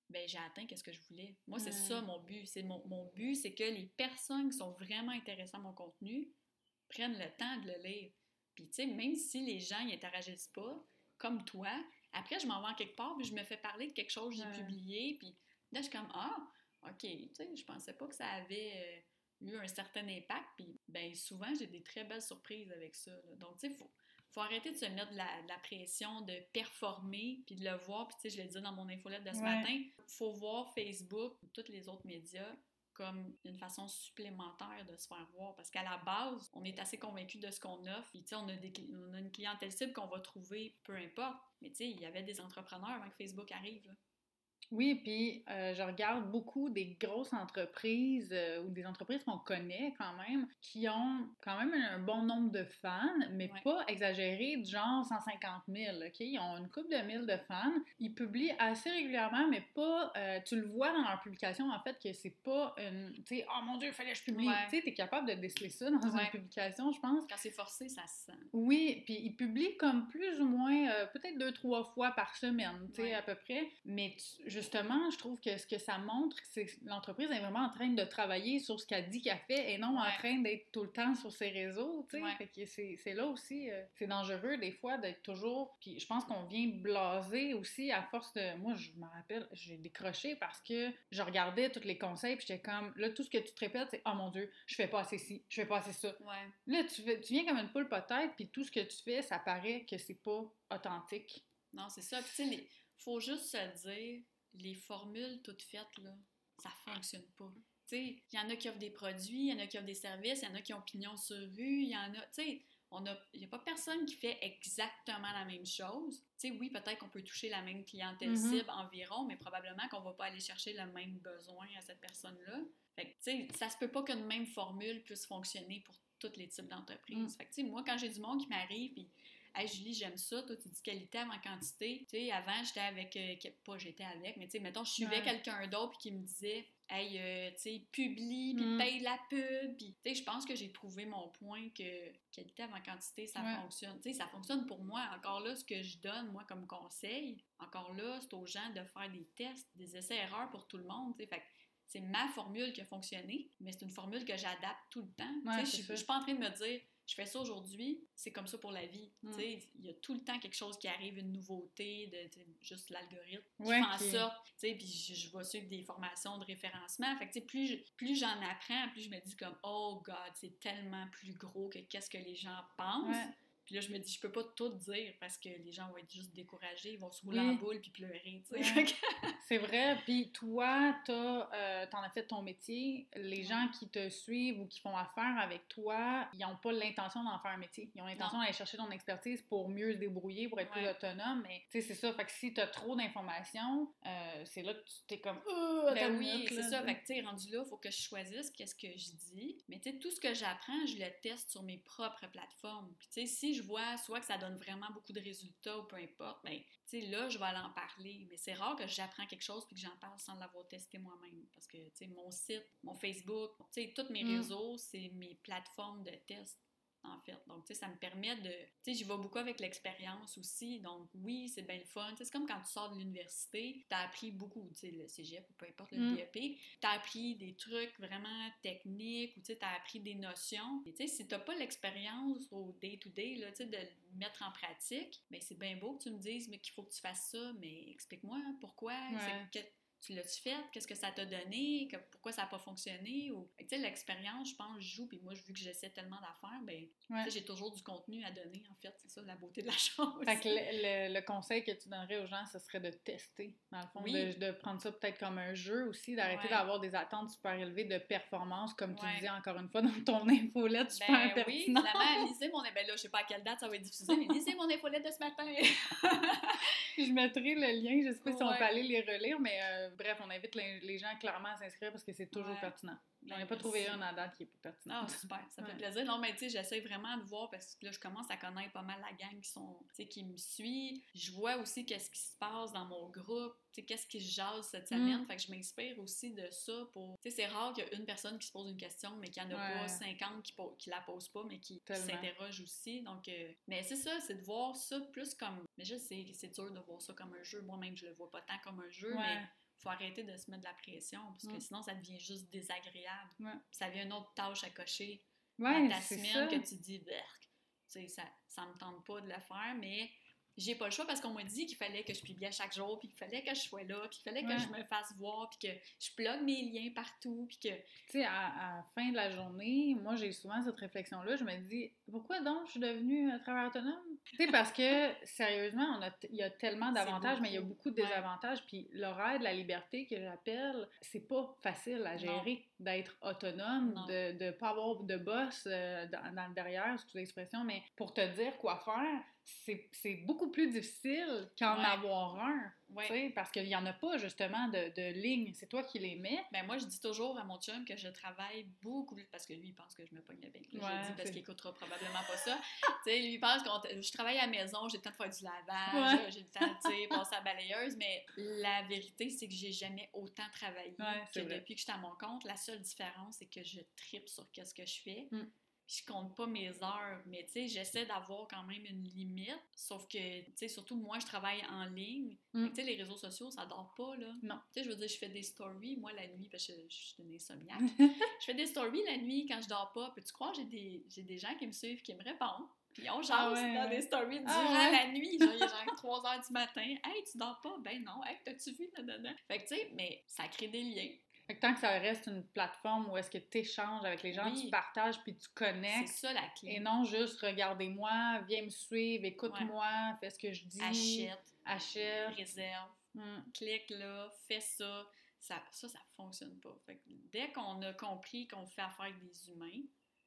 ben j'ai atteint qu'est-ce que je voulais. Moi, c'est ça mon but. C'est mon but, c'est que les personnes qui sont vraiment intéressées à mon contenu prennent le temps de le lire. Puis, tu sais, même si les gens n'y interagissent pas, comme toi, après, je m'en vais en quelque part, puis je me fais parler de quelque chose que j'ai publié, puis là, je suis comme, ah, OK, tu sais, je pensais pas que ça avait eu un certain impact, puis ben souvent, j'ai des très belles surprises avec ça, là. Donc, tu sais, faut arrêter de se mettre de la pression de performer, puis de le voir, puis tu sais, je l'ai dit dans mon infolette de ce matin, faut voir Facebook ou tous les autres médias comme une façon supplémentaire de se faire voir. Parce qu'à la base, on est assez convaincu de ce qu'on offre. Puis, tu sais, on a une clientèle cible qu'on va trouver, peu importe. Mais, tu sais, il y avait des entrepreneurs avant que Facebook arrive, là. Oui, puis je regarde beaucoup des grosses entreprises ou des entreprises qu'on connaît quand même, qui ont quand même un bon nombre de fans, mais pas exagéré, du genre 150 000, OK? Ils ont une couple de mille de fans. Ils publient assez régulièrement, mais pas... tu le vois dans leur publication, en fait, que c'est pas une... Tu sais, « Oh mon Dieu, il fallait que je publie! » Tu sais, t'es capable de déceler ça dans une publication, je pense. Quand c'est forcé, ça se sent. Oui, puis ils publient comme plus ou moins, peut-être 2-3 fois par semaine, tu sais, à peu près. Mais justement, je trouve que ce que ça montre, c'est que l'entreprise est vraiment en train de travailler sur ce qu'elle dit qu'elle fait et non en train d'être tout le temps sur ses réseaux, tu sais. Fait que c'est là aussi, c'est dangereux des fois d'être toujours... Puis je pense qu'on vient blaser aussi à force de... Moi, je me rappelle, j'ai décroché parce que je regardais tous les conseils puis j'étais comme, là, tout ce que tu te répètes, c'est « Oh mon Dieu, je fais pas assez ci, je fais pas assez ça. » Là, tu viens comme une poule peut-être, puis tout ce que tu fais, ça paraît que c'est pas authentique. Non, c'est ça. Puis tu sais, faut juste se dire, les formules toutes faites, là, ça fonctionne pas. Tu sais, il y en a qui offrent des produits, il y en a qui offrent des services, il y en a qui ont pignon sur rue, il y en a... Tu sais, il n'y a pas personne qui fait exactement la même chose. Tu sais, oui, peut-être qu'on peut toucher la même clientèle cible environ, mais probablement qu'on va pas aller chercher le même besoin à cette personne-là. Fait que, tu sais, ça se peut pas qu'une même formule puisse fonctionner pour tous les types d'entreprises. Fait que, tu sais, moi, quand j'ai du monde qui m'arrive, puis hey, Julie, j'aime ça, toi, tu dis qualité avant quantité. Tu sais, avant, j'étais avec, pas j'étais avec, mais tu sais, mettons, je suivais quelqu'un d'autre puis qui me disait, hey, tu sais, publie, puis paye la pub, puis tu sais, je pense que j'ai prouvé mon point que qualité avant quantité, ça fonctionne. Tu sais, ça fonctionne pour moi. Encore là, ce que je donne, moi, comme conseil, encore là, c'est aux gens de faire des tests, des essais-erreurs pour tout le monde, tu sais, fait que c'est ma formule qui a fonctionné, mais c'est une formule que j'adapte tout le temps. Tu sais, je suis pas en train de me dire, je fais ça aujourd'hui, c'est comme ça pour la vie. Tu sais, il y a tout le temps quelque chose qui arrive, une nouveauté, juste l'algorithme qui fait en sorte, tu sais, puis je vais suivre des formations de référencement. Fait que, tu sais, plus j'en apprends, plus je me dis comme, oh God, c'est tellement plus gros que qu'est-ce que les gens pensent. Puis là, je me dis, je peux pas tout dire parce que les gens vont être juste découragés, ils vont se rouler en boule puis pleurer, tu sais. C'est vrai. Puis toi, t'en as fait ton métier. Les gens qui te suivent ou qui font affaire avec toi, ils n'ont pas l'intention d'en faire un métier. Ils ont l'intention d'aller chercher ton expertise pour mieux se débrouiller, pour être plus autonome. Mais tu sais, c'est ça. Fait que si t'as trop d'informations, c'est là que tu t'es comme... Ben oui, c'est ça. Fait que tu sais, rendu là, il faut que je choisisse qu'est-ce que je dis. Mais tu sais, tout ce que j'apprends, je le teste sur mes propres plateformes. Puis tu sais, si je vois soit que ça donne vraiment beaucoup de résultats ou peu importe, ben, tu sais, là, je vais aller en parler. Mais c'est rare que j'apprends quelque chose puis que j'en parle sans l'avoir testé moi-même. Parce que, tu sais, mon site, mon Facebook, tu sais, tous mes réseaux, c'est mes plateformes de test, en fait. Donc, tu sais, ça me permet de... Tu sais, j'y vais beaucoup avec l'expérience aussi. Donc, oui, c'est bien le fun. Tu sais, c'est comme quand tu sors de l'université, t'as appris beaucoup, tu sais, le cégep ou peu importe, le DEP, t'as appris des trucs vraiment techniques ou, tu sais, t'as appris des notions. Et, tu sais, si t'as pas l'expérience au day-to-day, là, tu sais, de le mettre en pratique, bien, c'est bien beau que tu me dises, mais qu'il faut que tu fasses ça, mais explique-moi pourquoi, tu l'as-tu fait? Qu'est-ce que ça t'a donné? Pourquoi ça n'a pas fonctionné? Tu sais, l'expérience, je pense, je joue. Puis moi, vu que j'essaie tellement d'affaires, ben, j'ai toujours du contenu à donner, en fait. C'est ça, la beauté de la chose. Fait que le conseil que tu donnerais aux gens, ce serait de tester, dans le fond. De prendre ça peut-être comme un jeu aussi, d'arrêter d'avoir des attentes super élevées de performance, comme tu disais encore une fois dans ton infolette super pertinent. Oui, finalement, lisez mon... Ben là, je sais pas à quelle date ça va être diffusé, mais lisez mon infolette de ce matin. Je mettrai le lien, je sais pas si on peut aller les relire, mais bref, on invite les gens clairement à s'inscrire parce que c'est toujours pertinent. J'en ai pas trouvé un à date qui est plus pertinent. Ah, super, ça fait plaisir. Non, mais tu sais, j'essaie vraiment de voir parce que là, je commence à connaître pas mal la gang qui me suit. Je vois aussi qu'est-ce qui se passe dans mon groupe, tu sais, qu'est-ce qui se jase cette semaine. Fait que je m'inspire aussi de ça pour... Tu sais, c'est rare qu'il y a une personne qui se pose une question, mais qu'il n'y en a pas 50 qui la posent pas, mais qui s'interrogent aussi. Donc, mais c'est ça, c'est de voir ça plus comme... Mais juste, c'est dur de voir ça comme un jeu. Moi-même, je le vois pas tant comme un jeu, mais faut arrêter de se mettre de la pression, parce que sinon, ça devient juste désagréable. Ouais. Ça devient une autre tâche à cocher Ouais, dans ta c'est semaine ça. que tu dis, berk, tu sais, ça me tente pas de le faire, mais j'ai pas le choix parce qu'on m'a dit qu'il fallait que je publie à chaque jour, puis qu'il fallait que je sois là, puis qu'il fallait que je me fasse voir, puis que je plug mes liens partout, puis que... Tu sais, à la fin de la journée, moi, j'ai souvent cette réflexion-là. Je me dis, pourquoi donc je suis devenue travailleur autonome? Tu sais, parce que, sérieusement, il y a tellement d'avantages, mais il y a beaucoup de désavantages. Puis l'horaire de la liberté que j'appelle, c'est pas facile à gérer, d'être autonome, de ne pas avoir de boss dans le derrière, c'est toute l'expression, mais pour te dire quoi faire, c'est beaucoup plus difficile qu'en avoir un, tu sais, parce qu'il n'y en a pas, justement, de lignes. C'est toi qui les mets. Ben moi, je dis toujours à mon chum que je travaille beaucoup, parce que lui, il pense que je me pogne le bec. Je le dis parce qu'il écoutera probablement pas ça. Tu sais, lui, il pense que je travaille à la maison, j'ai le temps de faire du lavage, j'ai le temps, tu sais, passer à la balayeuse, mais la vérité, c'est que j'ai jamais autant travaillé que depuis que je suis à mon compte. La seule différence, c'est que je tripe sur ce que je fais. Puis je compte pas mes heures, mais tu sais, j'essaie d'avoir quand même une limite, sauf que, tu sais, surtout moi, je travaille en ligne, tu sais, les réseaux sociaux, ça dort pas, là. Non. Tu sais, je veux dire, je fais des stories, moi, la nuit, parce que je suis une insomniaque. Je fais des stories la nuit quand je dors pas, peux-tu croire, j'ai des gens qui me suivent, qui me répondent, puis on jase dans des stories durant la nuit, genre, il est genre 3 heures du matin, « Hey, tu dors pas? » Ben non, « Hey, t'as-tu vu? » Fait que, tu sais, mais ça crée des liens. Fait que tant que ça reste une plateforme où est-ce que tu échanges avec les gens, tu partages puis tu connectes. C'est ça la clé. Et non juste regardez-moi, viens me suivre, écoute-moi, fais ce que je dis. Achète. Réserve. Clique là, fais ça. Ça fonctionne pas. Fait que dès qu'on a compris qu'on fait affaire avec des humains,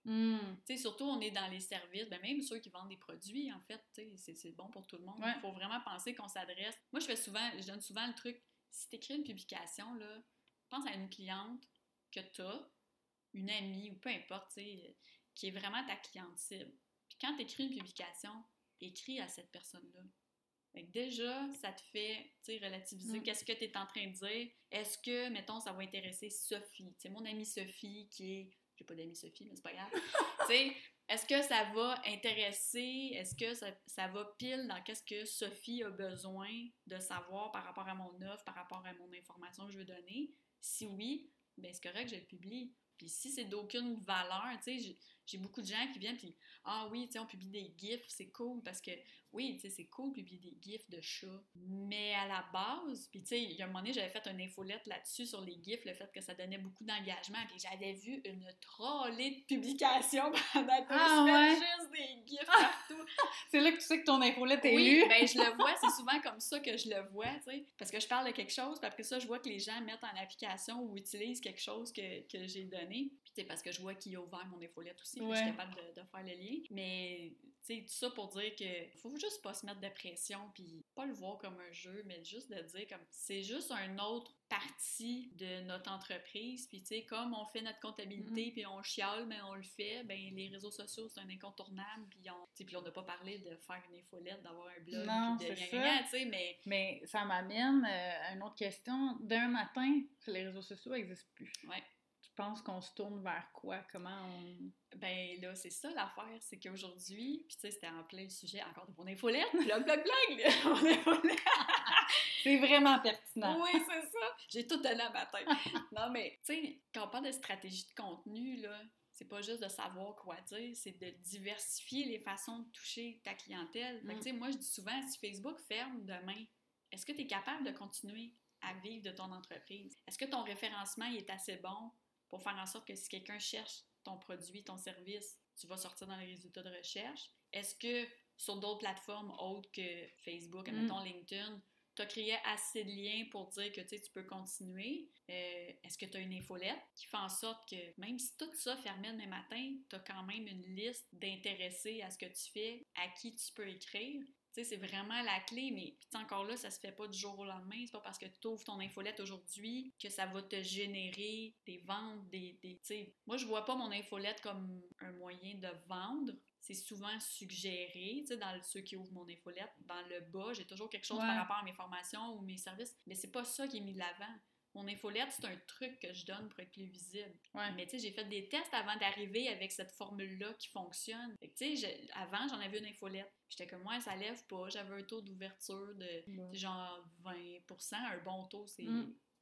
tu sais, surtout on est dans les services, ben même ceux qui vendent des produits, en fait, tu sais, c'est bon pour tout le monde. Il faut vraiment penser qu'on s'adresse. Moi, je donne souvent le truc, si tu écris une publication, là, pense à une cliente que tu as, une amie ou peu importe, qui est vraiment ta cliente cible. Puis quand tu écris une publication, écris à cette personne-là. Fait que déjà, ça te fait relativiser qu'est-ce que tu es en train de dire. Est-ce que, mettons, ça va intéresser Sophie? T'sais, mon amie Sophie qui est... J'ai pas d'amie Sophie, mais c'est pas grave. Est-ce que ça va intéresser? Est-ce que ça va pile dans qu'est-ce que Sophie a besoin de savoir par rapport à mon offre, par rapport à mon information que je veux donner? Si oui, ben c'est correct, je le publie. Puis si c'est d'aucune valeur, tu sais, j'ai beaucoup de gens qui viennent puis ah oui, tu sais, on publie des gifs, c'est cool parce que oui, tu sais, c'est cool de publier des gifs de chats. Mais à la base, puis tu sais, il y a un moment donné, j'avais fait une infolette là-dessus sur les gifs, le fait que ça donnait beaucoup d'engagement, puis j'avais vu une trollée de publications pendant 2 semaines, juste des gifs partout. C'est là que tu sais que ton infolette est lue. Oui, ben je le vois, c'est souvent comme ça que je le vois, tu sais, parce que je parle de quelque chose, puis après ça, je vois que les gens mettent en application ou utilisent quelque chose que j'ai donné, puis tu sais, parce que je vois qui a ouvert mon infolette aussi, puis je suis capable de faire le lien. Mais, tu sais, tout ça pour dire que faut juste pas se mettre de pression, puis pas le voir comme un jeu, mais juste de dire comme c'est juste une autre partie de notre entreprise, puis tu sais, comme on fait notre comptabilité, puis on chiale, mais on le fait, ben les réseaux sociaux, c'est un incontournable, puis on n'a pas parlé de faire une infolette, d'avoir un blog, puis de rien, tu sais, mais ça m'amène à une autre question. D'un matin, les réseaux sociaux n'existent plus. Ouais. Tu penses qu'on se tourne vers quoi? Comment on... Ben là, c'est ça l'affaire, c'est qu'aujourd'hui, puis tu sais, c'était en plein le sujet encore de mon infolette, blog, mon infolette! C'est vraiment pertinent. Oui, c'est ça! J'ai tout donné à ma tête. Non, mais tu sais, quand on parle de stratégie de contenu, là, c'est pas juste de savoir quoi dire, c'est de diversifier les façons de toucher ta clientèle. Fait que tu sais, moi, je dis souvent, si Facebook ferme demain, est-ce que tu es capable de continuer à vivre de ton entreprise? Est-ce que ton référencement est assez bon pour faire en sorte que si quelqu'un cherche ton produit, ton service, tu vas sortir dans les résultats de recherche? Est-ce que sur d'autres plateformes autres que Facebook, admettons LinkedIn, tu as créé assez de liens pour dire que tu peux continuer? Est-ce que tu as une infolette qui fait en sorte que même si tout ça fermait demain matin, tu as quand même une liste d'intéressés à ce que tu fais, à qui tu peux écrire? Tu sais, c'est vraiment la clé, mais encore là, ça se fait pas du jour au lendemain. C'est pas parce que tu ouvres ton infolette aujourd'hui que ça va te générer des ventes, tu sais, moi, je vois pas mon infolette comme un moyen de vendre. C'est souvent suggéré, tu sais, dans ceux qui ouvrent mon infolette, dans le bas, j'ai toujours quelque chose par rapport à mes formations ou mes services, mais c'est pas ça qui est mis de l'avant. Mon infolette, c'est un truc que je donne pour être plus visible. Mais tu sais, j'ai fait des tests avant d'arriver avec cette formule-là qui fonctionne. Fait que tu sais, avant, j'en avais une infolette. J'étais comme, moi, ça lève pas. J'avais un taux d'ouverture de genre 20%. Un bon taux, c'est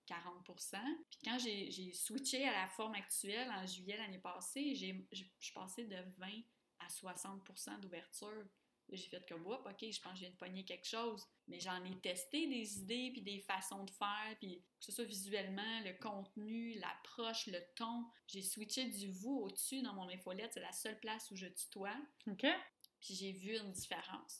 40%. Puis quand j'ai switché à la forme actuelle en juillet l'année passée, je suis passée de 20 à 60% d'ouverture. Là, j'ai fait comme, oups, OK, je pense que je viens de pogner quelque chose. Mais j'en ai testé des idées, puis des façons de faire, puis que ce soit visuellement, le contenu, l'approche, le ton. J'ai switché du vous au tu dans mon infolette. C'est la seule place où je tutoie. OK. Puis j'ai vu une différence.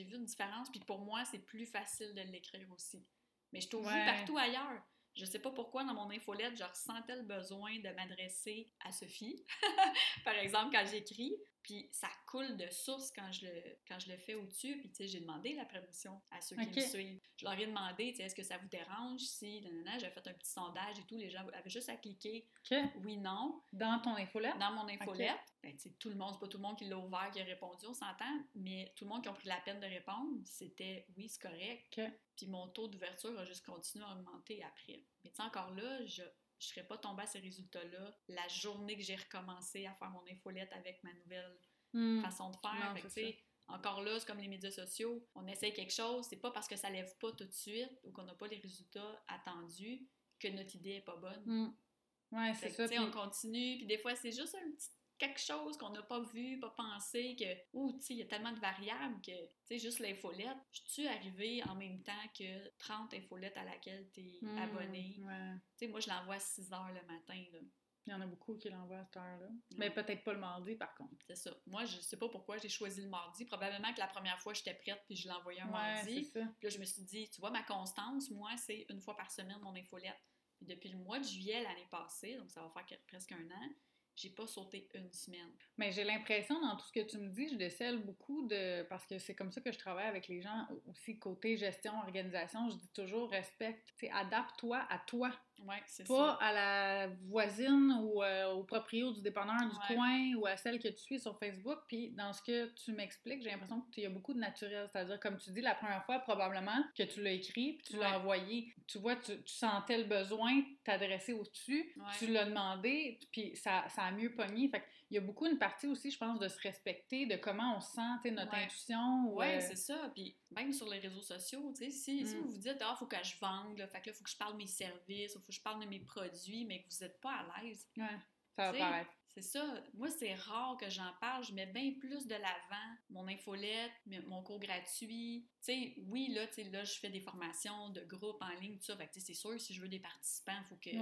Puis pour moi, c'est plus facile de l'écrire aussi. Mais je trouve vous partout ailleurs. Je sais pas pourquoi, dans mon infolette, je ressentais le besoin de m'adresser à Sophie, par exemple, quand j'écris. Puis ça coule de source quand je le fais au-dessus. Puis, tu sais, j'ai demandé la permission à ceux qui me suivent. Je leur ai demandé, tu sais, est-ce que ça vous dérange si... J'avais fait un petit sondage et tout. Les gens avaient juste à cliquer oui, non. Dans ton infolette? Dans mon infolette. Ben, tu sais, tout le monde, c'est pas tout le monde qui l'a ouvert, qui a répondu, on s'entend. Mais tout le monde qui a pris la peine de répondre, c'était oui, c'est correct. Puis mon taux d'ouverture a juste continué à augmenter après. Mais tu sais, encore là, je serais pas tombée à ces résultats-là la journée que j'ai recommencé à faire mon infolette avec ma nouvelle façon de faire. Non, fait que, encore là, c'est comme les médias sociaux. On essaye quelque chose, c'est pas parce que ça lève pas tout de suite ou qu'on n'a pas les résultats attendus que notre idée est pas bonne. Ouais, c'est ça. On continue, puis des fois, c'est juste un petit quelque chose qu'on n'a pas vu, pas pensé, que, tu sais, il y a tellement de variables que, tu sais, juste l'infolette, je suis arrivée en même temps que 30 infolettes à laquelle tu es abonné. Ouais. Tu sais, moi, je l'envoie à 6 heures le matin, là. Il y en a beaucoup qui l'envoient à cette heure-là. Mais peut-être pas le mardi, par contre. C'est ça. Moi, je sais pas pourquoi j'ai choisi le mardi. Probablement que la première fois, j'étais prête puis je l'ai envoyé un mardi. C'est ça. Puis là, je me suis dit, tu vois, ma constance, moi, c'est une fois par semaine mon infolette. Puis depuis le mois de juillet l'année passée, donc ça va faire presque un an, j'ai pas sauté une semaine. Mais j'ai l'impression, dans tout ce que tu me dis, je décèle beaucoup de... Parce que c'est comme ça que je travaille avec les gens, aussi côté gestion, organisation, je dis toujours, respecte, adapte-toi à toi. Ouais, c'est pas ça. À la voisine ou au proprio du dépanneur du coin ou à celle que tu suis sur Facebook. Puis dans ce que tu m'expliques, j'ai l'impression qu'il y a beaucoup de naturel. C'est-à-dire, comme tu dis, la première fois, probablement, que tu l'as écrit puis tu l'as envoyé. Tu vois, tu sentais le besoin de t'adresser au-dessus. Tu l'as demandé, puis ça a mieux pogné. Fait qu'il y a beaucoup une partie aussi, je pense, de se respecter, de comment on sent, notre intuition. Oui, c'est ça. Puis même sur les réseaux sociaux, si vous vous dites, faut que je vende, là, fait que là, faut que je parle de mes services, faut que je parle de mes produits, mais que vous n'êtes pas à l'aise. Ça va paraître. C'est ça. Moi, c'est rare que j'en parle. Je mets bien plus de l'avant mon infolette, mon cours gratuit. Tu sais, oui, là, je fais des formations de groupe en ligne, tout ça. Fait que, c'est sûr, si je veux des participants, il faut que,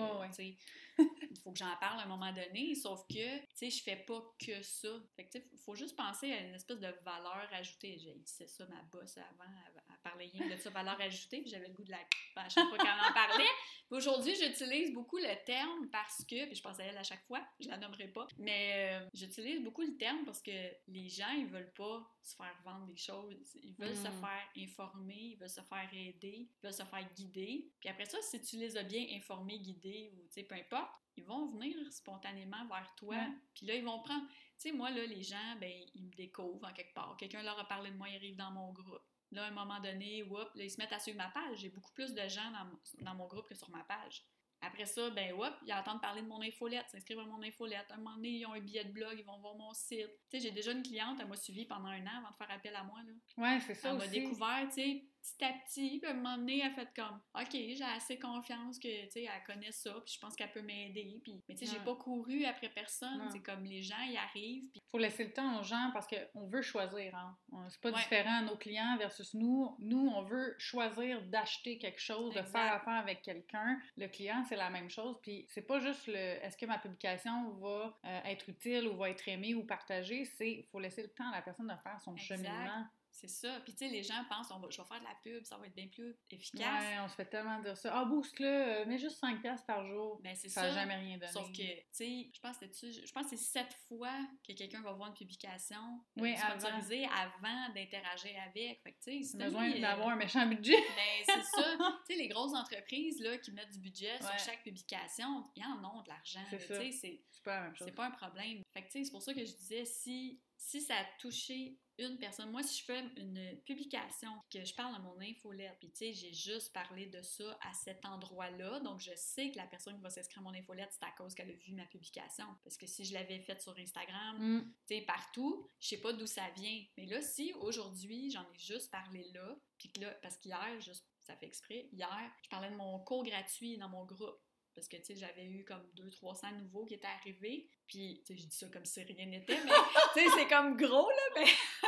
il faut que j'en parle à un moment donné. Sauf que, je fais pas que ça. Fait que, il faut juste penser à une espèce de valeur ajoutée. C'est ça, ma boss avant, elle parlait rien de ça, valeur ajoutée, puis j'avais le goût de la à chaque fois qu'elle en parlait. Puis aujourd'hui, j'utilise beaucoup le terme parce que, puis je pense à elle à chaque fois, je la nommerai pas, mais j'utilise beaucoup le terme parce que les gens, ils veulent pas se faire vendre des choses, ils veulent se faire informer, ils veulent se faire aider, ils veulent se faire guider. Puis après ça, si tu les as bien informés, guidés, ou peu importe, ils vont venir spontanément vers toi. Puis là, ils vont prendre... Tu sais, moi, là, les gens, ben, ils me découvrent en quelque part. Quelqu'un leur a parlé de moi, ils arrivent dans mon groupe. Là, à un moment donné, là, ils se mettent à suivre ma page. J'ai beaucoup plus de gens dans mon groupe que sur ma page. Après ça, ben, ils entendent parler de mon infolette, s'inscrivent à mon infolette. À un moment donné, ils ont un billet de blog, ils vont voir mon site. Tu sais, j'ai déjà une cliente, elle m'a suivie pendant un an avant de faire appel à moi, là. Ouais, c'est ça elle aussi. Elle m'a découvert, tu sais, petit à petit, puis à un moment donné, elle a fait comme, OK, j'ai assez confiance que, tu sais, elle connaît ça, puis je pense qu'elle peut m'aider, puis, mais tu sais, j'ai pas couru après personne, c'est comme les gens, ils arrivent, puis... Faut laisser le temps aux gens, parce qu'on veut choisir, hein. C'est pas différent à nos clients versus nous. Nous, on veut choisir d'acheter quelque chose, de faire affaire avec quelqu'un. Le client, c'est la même chose, puis c'est pas juste est-ce que ma publication va être utile ou va être aimée ou partagée, faut laisser le temps à la personne de faire son cheminement. C'est ça. Puis, tu sais, les gens pensent, je vais faire de la pub, ça va être bien plus efficace. Ouais, on se fait tellement dire ça. Ah, boost-le, mets juste 5$ par jour. Ben, c'est ça n'a jamais rien donné. Sauf que, tu sais, je pense que c'est 7 fois que quelqu'un va voir une publication sponsorisée avant d'interagir avec. Fait que, tu sais, si t'as besoin d'avoir un méchant budget. Ben, c'est ça. Tu sais, les grosses entreprises, là, qui mettent du budget sur chaque publication, ils en ont de l'argent. C'est ça. C'est pas la même chose. C'est pas un problème. Fait que, tu sais, c'est pour ça que je disais, si si ça a touché une personne, moi, si je fais une publication, que je parle à mon infolette, puis tu sais, j'ai juste parlé de ça à cet endroit-là, donc je sais que la personne qui va s'inscrire à mon infolette, c'est à cause qu'elle a vu ma publication. Parce que si je l'avais faite sur Instagram, tu sais, partout, je sais pas d'où ça vient. Mais là, si aujourd'hui, j'en ai juste parlé là, puis que là, parce qu'hier, juste, ça fait exprès, hier, je parlais de mon cours gratuit dans mon groupe. Parce que, tu sais, j'avais eu comme 200-300 nouveaux qui étaient arrivés. Puis, tu sais, je dis ça comme si rien n'était, mais, tu sais, c'est comme gros, là, mais...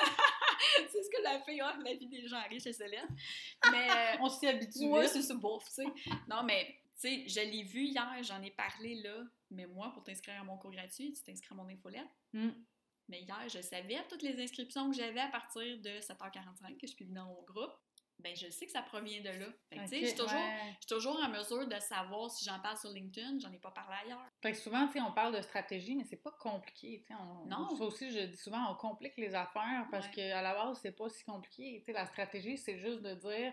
c'est ce que la fille a, la vie des gens riches chez Céleste. Mais... on s'y habitue. Ouais, c'est ça, bof, tu sais. Non, mais, tu sais, je l'ai vu hier, j'en ai parlé, là. Mais moi, pour t'inscrire à mon cours gratuit, tu t'inscris à mon infolette. Mais hier, je savais toutes les inscriptions que j'avais à partir de 7h45 que je publie dans mon groupe. Ben je sais que ça provient de là. Fait que, tu sais, je suis toujours en mesure de savoir si j'en parle sur LinkedIn, j'en ai pas parlé ailleurs. Fait que souvent, tu sais, on parle de stratégie, mais c'est pas compliqué, tu sais. Non. Ça aussi, je dis souvent, on complique les affaires parce qu'à la base, c'est pas si compliqué. Tu sais, la stratégie, c'est juste de dire,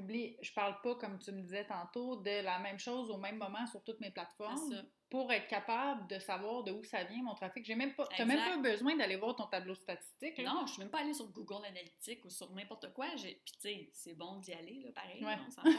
je parle pas, comme tu me disais tantôt, de la même chose au même moment sur toutes mes plateformes. C'est ça. Pour être capable de savoir de où ça vient, mon trafic. T'as même pas besoin d'aller voir ton tableau statistique. Là. Non, je suis même pas allée sur Google Analytics ou sur n'importe quoi. Puis, tu sais, c'est bon d'y aller, là, pareil, on s'entend.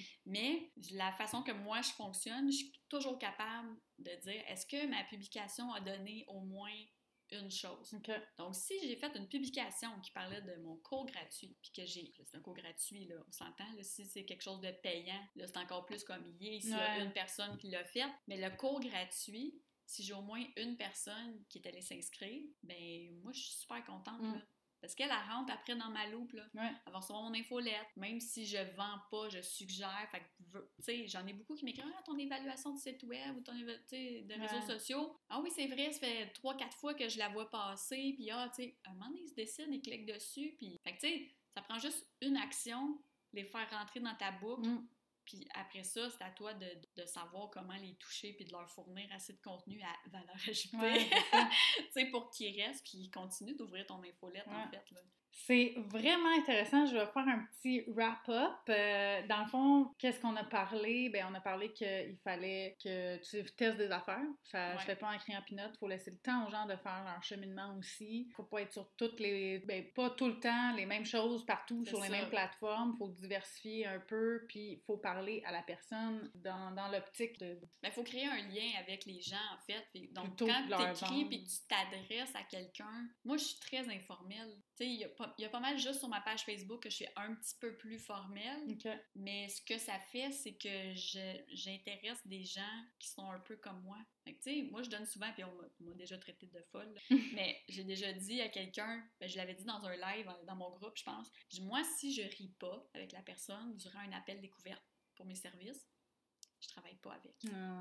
Mais la façon que moi, je fonctionne, je suis toujours capable de dire, est-ce que ma publication a donné au moins une chose. Okay. Donc, si j'ai fait une publication qui parlait de mon cours gratuit, puis que c'est un cours gratuit, là, on s'entend, là, si c'est quelque chose de payant, là, c'est encore plus comme s'il y a une personne qui l'a fait. Mais le cours gratuit, si j'ai au moins une personne qui est allée s'inscrire, ben moi, je suis super contente, là. Parce qu'elle rentre après dans ma loupe, là. Elle va recevoir mon infolette. Même si je vends pas, je suggère. Fait que, tu sais, j'en ai beaucoup qui m'écrivent ton évaluation de site web ou ton de réseaux sociaux. Ah oui, c'est vrai, ça fait 3-4 fois que je la vois passer. Puis, tu sais, un moment donné, ils se décident, ils cliquent dessus. Puis, fait que, tu sais, ça prend juste une action, les faire rentrer dans ta boucle. Puis après ça, c'est à toi de savoir comment les toucher puis de leur fournir assez de contenu à valeur ajoutée, tu sais, pour qu'ils restent puis ils continuent d'ouvrir ton infolette, en fait, là. C'est vraiment intéressant. Je vais faire un petit wrap-up. Dans le fond, qu'est-ce qu'on a parlé? Bien, on a parlé qu'il fallait que tu testes des affaires. Ça ne se fait pas en criant peanut. Il faut laisser le temps aux gens de faire leur cheminement aussi. Il ne faut pas être sur toutes les... Bien, pas tout le temps les mêmes choses partout sur les mêmes plateformes. Il faut diversifier un peu, puis il faut parler à la personne dans l'optique de... Bien, il faut créer un lien avec les gens, en fait. Puis, donc, quand tu écris et que tu t'adresses à quelqu'un, moi, je suis très informelle. Tu sais, il y a pas mal juste sur ma page Facebook que je suis un petit peu plus formelle. Mais ce que ça fait, c'est que j'intéresse des gens qui sont un peu comme moi. Fait que, tu sais, moi, je donne souvent, puis on m'a déjà traité de folle, mais j'ai déjà dit à quelqu'un, ben, je l'avais dit dans un live, dans mon groupe, je pense, je dis, moi, si je ris pas avec la personne durant un appel découverte pour mes services, je travaille pas avec.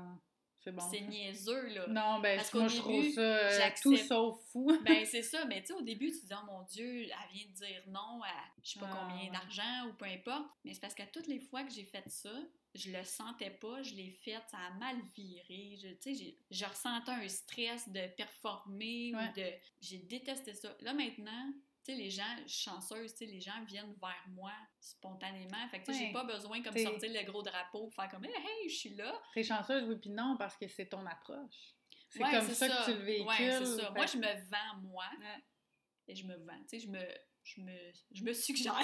C'est bon. C'est niaiseux, là. Non, ben, moi, je trouve ça tout sauf fou. Ben, c'est ça. Mais, tu sais, au début, tu te dis, oh mon Dieu, elle vient de dire non à je sais pas combien d'argent ou peu importe. Mais c'est parce qu'à toutes les fois que j'ai fait ça, je le sentais pas, je l'ai fait, ça a mal viré. Tu sais, je ressentais un stress de performer ou de... J'ai détesté ça. Là, maintenant... Tu sais, les gens, je suis chanceuse, tu sais, les gens viennent vers moi spontanément. Fait que, tu sais, j'ai pas besoin comme sortir le gros drapeau, faire comme, hey, je suis là. T'es chanceuse, oui, puis non, parce que c'est ton approche. C'est comme ça que tu le véhicules. Ouais, c'est ça. Moi, je me vends, moi, et je me vends. Tu sais, je me suggère.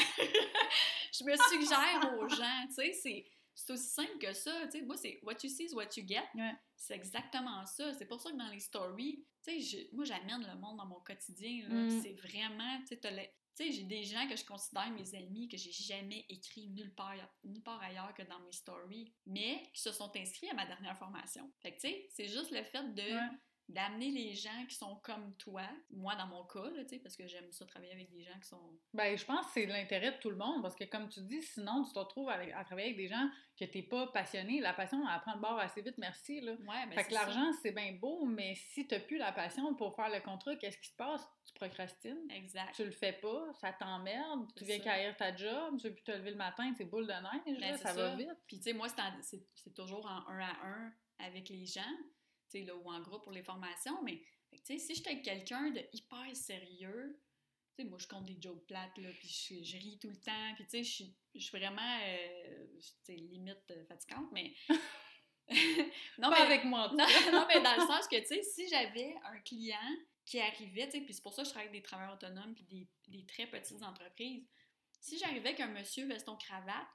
Je me suggère aux gens, tu sais, c'est aussi simple que ça, tu sais, moi, c'est what you see is what you get. C'est exactement ça. C'est pour ça que dans les stories, tu sais, moi, j'amène le monde dans mon quotidien, là. C'est vraiment, tu sais, j'ai des gens que je considère mes amis, que j'ai jamais écrit nulle part ailleurs que dans mes stories, mais qui se sont inscrits à ma dernière formation. Fait que, tu sais, c'est juste le fait d'amener les gens qui sont comme toi, moi dans mon cas, là, parce que j'aime ça travailler avec des gens qui sont... Ben, je pense que c'est l'intérêt de tout le monde, parce que comme tu dis, sinon tu te retrouves à travailler avec des gens que t'es pas passionné. La passion, elle prend le bord assez vite, merci, là. Fait que l'argent, c'est bien beau, mais si t'as plus la passion pour faire le contrat, qu'est-ce qui se passe? Tu procrastines. Exact. Tu le fais pas, ça t'emmerde, tu viens carrière ta job, tu veux plus te lever le matin, c'est boule de neige, là, ça va vite. Puis tu sais, moi, c'est toujours en 1 à 1 avec les gens, tu sais, là, ou en groupe pour les formations, mais tu sais, si j'étais avec quelqu'un de hyper sérieux, tu sais, moi, je compte des jokes plates, là, puis je ris tout le temps, puis tu sais, je suis vraiment, tu sais, limite fatigante, mais... non, pas mais, avec moi, non, mais dans le sens que, tu sais, si j'avais un client qui arrivait, tu sais, puis c'est pour ça que je travaille avec des travailleurs autonomes puis des très petites entreprises. Si j'arrivais avec un monsieur veston-cravate,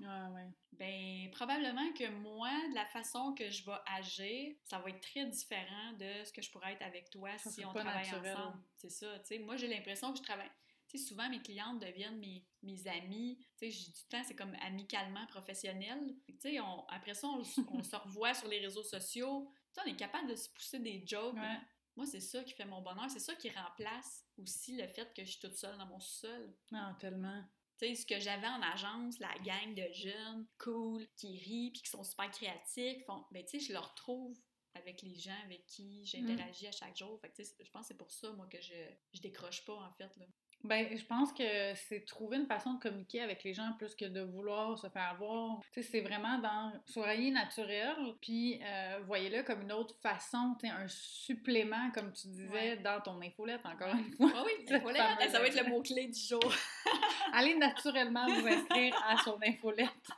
ben probablement que moi, de la façon que je vais agir, ça va être très différent de ce que je pourrais être avec toi si on travaille ensemble. C'est ça, tu sais. Moi, j'ai l'impression que je travaille... Tu sais, souvent, mes clientes deviennent mes amies. Tu sais, j'ai du temps, c'est comme amicalement professionnel. Tu sais, après ça, on se revoit sur les réseaux sociaux. Tu sais, on est capable de se pousser des jokes. Ouais. Moi, c'est ça qui fait mon bonheur. C'est ça qui remplace aussi le fait que je suis toute seule dans mon sous-sol. Non, tellement. Tu sais, ce que j'avais en agence, la gang de jeunes cool, qui rient puis qui sont super créatifs, ben, tu sais, je le retrouve avec les gens avec qui j'interagis à chaque jour. Fait que, tu sais, je pense que c'est pour ça, moi, que je décroche pas, en fait, là. Ben, je pense que c'est trouver une façon de communiquer avec les gens plus que de vouloir se faire voir. Tu sais, c'est vraiment dans soyez naturel, puis voyez-le comme une autre façon, tu sais, un supplément, comme tu disais, dans ton infolette, encore une fois. Ah oui, l'infolette, ça va être le mot-clé du jour. Allez naturellement vous inscrire à son infolette.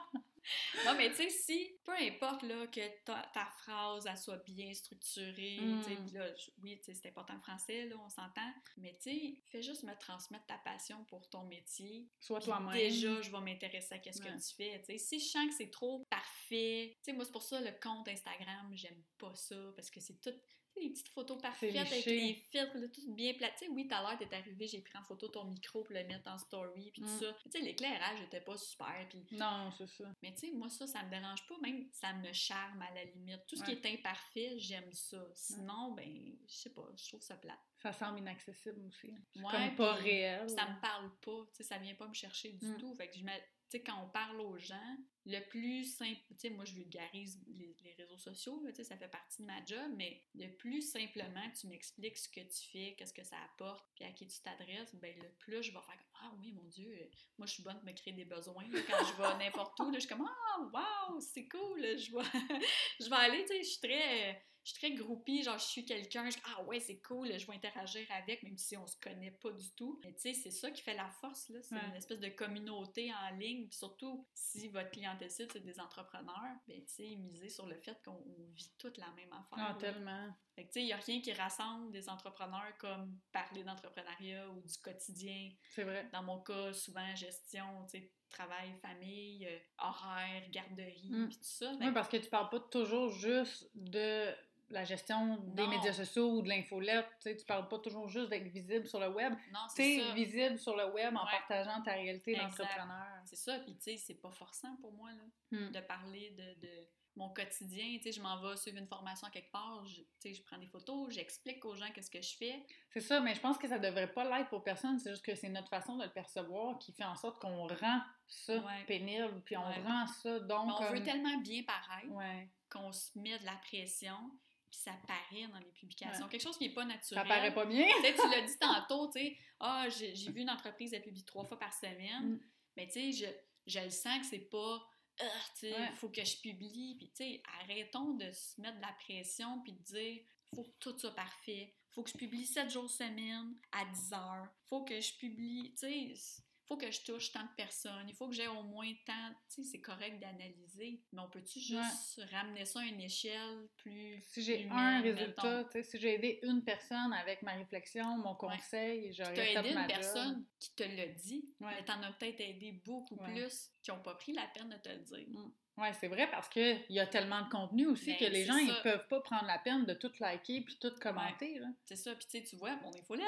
Non, mais tu sais, si, peu importe là, que ta phrase, elle soit bien structurée, tu sais, puis là, oui, tu sais, c'est important le français, là, on s'entend, mais tu sais, fais juste me transmettre ta passion pour ton métier. Sois toi-même. Déjà, je vais m'intéresser à ce que tu fais, tu sais. Si je sens que c'est trop parfait, tu sais, moi, c'est pour ça, le compte Instagram, j'aime pas ça, parce que c'est tout... les petites photos parfaites avec les filtres, là, tout bien plat. Tu sais, oui, tout à l'heure, t'es arrivé, j'ai pris en photo ton micro pour le mettre en story, puis tout ça. Tu sais, l'éclairage était pas super, puis... Non, c'est ça. Mais tu sais, moi, ça me dérange pas, même ça me charme à la limite. Tout ce qui est imparfait, j'aime ça. Sinon, ben, je sais pas, je trouve ça plate. Ça semble inaccessible aussi. C'est ouais, comme pas réel. Ça me parle pas, tu sais, ça vient pas me chercher du tout. Fait que tu sais, quand on parle aux gens, le plus simple, tu sais, moi je vulgarise les réseaux sociaux, tu sais, ça fait partie de ma job, mais le plus simplement tu m'expliques ce que tu fais, qu'est-ce que ça apporte, puis à qui tu t'adresses, ben le plus je vais faire comme ah oui, mon Dieu, moi je suis bonne pour me créer des besoins là, quand je vais n'importe où, là, je suis comme ah wow, c'est cool, là, je vais aller, tu sais, je suis très groupie, genre je suis quelqu'un, ah ouais, c'est cool, je vais interagir avec, même si on se connaît pas du tout. Mais tu sais, c'est ça qui fait la force, là. C'est une espèce de communauté en ligne, puis surtout, si votre clientèle cible, c'est des entrepreneurs, ben tu sais, misez sur le fait qu'on vit toute la même affaire. Ah, tellement. Fait que tu sais, il n'y a rien qui rassemble des entrepreneurs comme parler d'entrepreneuriat ou du quotidien. C'est vrai. Dans mon cas, souvent, gestion, tu sais, travail, famille, horaire, garderie, puis tout ça. Oui, parce que tu parles pas toujours juste de la gestion des médias sociaux ou de l'infolette. Tu parles pas toujours juste d'être visible sur le web. Non, c'est ça. T'es visible sur le web en partageant ta réalité d'entrepreneur. C'est ça, puis tu sais, c'est pas forçant pour moi, là, de parler de mon quotidien. Tu sais, je m'en vais suivre une formation quelque part, tu sais, je prends des photos, j'explique aux gens qu'est-ce que je fais. C'est ça, mais je pense que ça devrait pas l'être pour personne, c'est juste que c'est notre façon de le percevoir qui fait en sorte qu'on rend ça pénible, puis on rend ça donc... Mais on veut tellement bien paraître qu'on se met de la pression, puis ça paraît dans les publications. Quelque chose qui n'est pas naturel. Ça paraît pas bien. Tu l'as dit tantôt, tu sais, j'ai vu une entreprise, elle publie 3 fois par semaine, mais tu sais, je le sens que c'est pas... tu sais, faut que je publie, puis tu sais, arrêtons de se mettre de la pression, puis de dire, faut que tout soit parfait, faut que je publie 7 jours semaine, à 10 heures, faut que je publie, tu sais, faut que je touche tant de personnes, il faut que j'ai au moins tant, tu sais, c'est correct d'analyser, mais on peut-tu juste ramener ça à une échelle plus si j'ai humaine, un résultat, tu sais, si j'ai aidé une personne avec ma réflexion, mon conseil, j'aurais fait ma job. T'as aidé une personne qui te l'a dit, mais t'en as peut-être aidé beaucoup plus qui n'ont pas pris la peine de te le dire. Oui, c'est vrai, parce qu'il y a tellement de contenu aussi que les gens, ils peuvent pas prendre la peine de tout liker puis tout commenter. Là. C'est ça, puis tu sais, tu vois, mon infolette...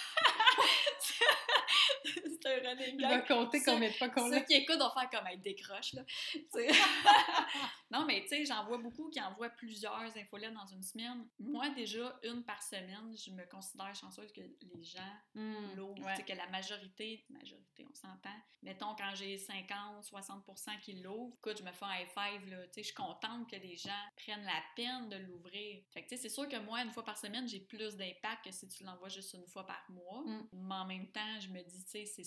c'est un running gag. Il va compter combien de fois qu'on l'a. Ceux qui écoutent vont faire comme elle décroche, là. Non, mais tu sais, j'en vois beaucoup qui envoient plusieurs infolettes dans une semaine. Moi, déjà, une par semaine, je me considère chanceuse que les gens l'ouvrent. Tu sais, que la majorité, on s'entend. Mettons, quand j'ai 50-60% qui l'ouvrent, écoute, je me fais un high five, là. Tu sais, je suis contente que les gens prennent la peine de l'ouvrir. Fait que tu sais, c'est sûr que moi, une fois par semaine, j'ai plus d'impact que si tu l'envoies juste une fois par mois. Mais en même temps, je me dis, tu sais, c'est sûr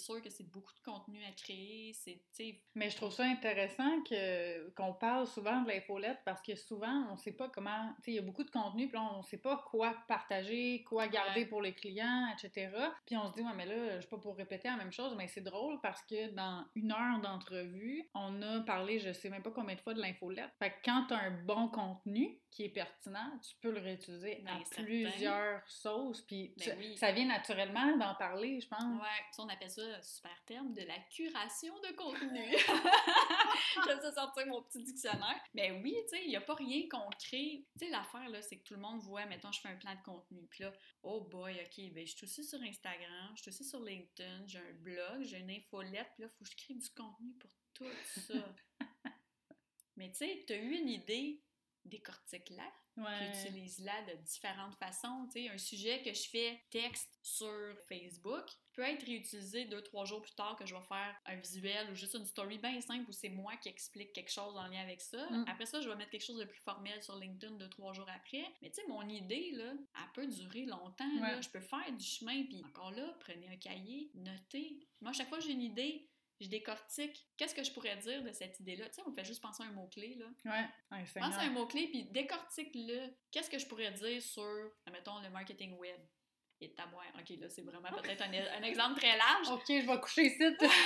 sûr que c'est beaucoup de contenu à créer, Mais je trouve ça intéressant qu'on parle souvent de l'infolette parce que souvent, on sait pas comment... Tu sais, il y a beaucoup de contenu, puis là, on sait pas quoi partager, quoi garder pour les clients, etc. Puis on se dit, ouais, mais là, je suis pas pour répéter la même chose, mais c'est drôle parce que dans 1 heure d'entrevue, on a parlé, je sais même pas combien de fois, de l'infolette. Fait que quand t'as un bon contenu qui est pertinent, tu peux le réutiliser à plusieurs sauces, puis ça vient naturellement d'en parler, je pense. Ouais, on appelle ça, un super terme, de la curation de contenu. J'aime ça sortir mon petit dictionnaire. Mais oui, tu sais, il n'y a pas rien qu'on crée. Tu sais, l'affaire, là, c'est que tout le monde voit, mettons, je fais un plan de contenu. Puis là, oh boy, OK, ben je suis aussi sur Instagram, je suis aussi sur LinkedIn, j'ai un blog, j'ai une infolette, puis là, il faut que je crée du contenu pour tout ça. Mais tu sais, tu as eu une idée, décortique-la, puis utilise-la de différentes façons. Tu sais, un sujet que je fais texte sur Facebook peut être réutilisé 2-3 jours plus tard que je vais faire un visuel ou juste une story bien simple où c'est moi qui explique quelque chose en lien avec ça. Après ça, je vais mettre quelque chose de plus formel sur LinkedIn 2-3 jours après. Mais tu sais, mon idée, là, elle peut durer longtemps. Là. Je peux faire du chemin, puis encore là, prenez un cahier, notez. Moi, à chaque fois que j'ai une idée, je décortique. Qu'est-ce que je pourrais dire de cette idée-là? Tu sais, on fait juste penser à un mot-clé, là. Ouais, pense à un mot-clé, puis décortique-le. Qu'est-ce que je pourrais dire sur, admettons, le marketing web? Et ta boîte. OK, là, c'est vraiment peut-être un exemple très large. OK, je vais coucher ici.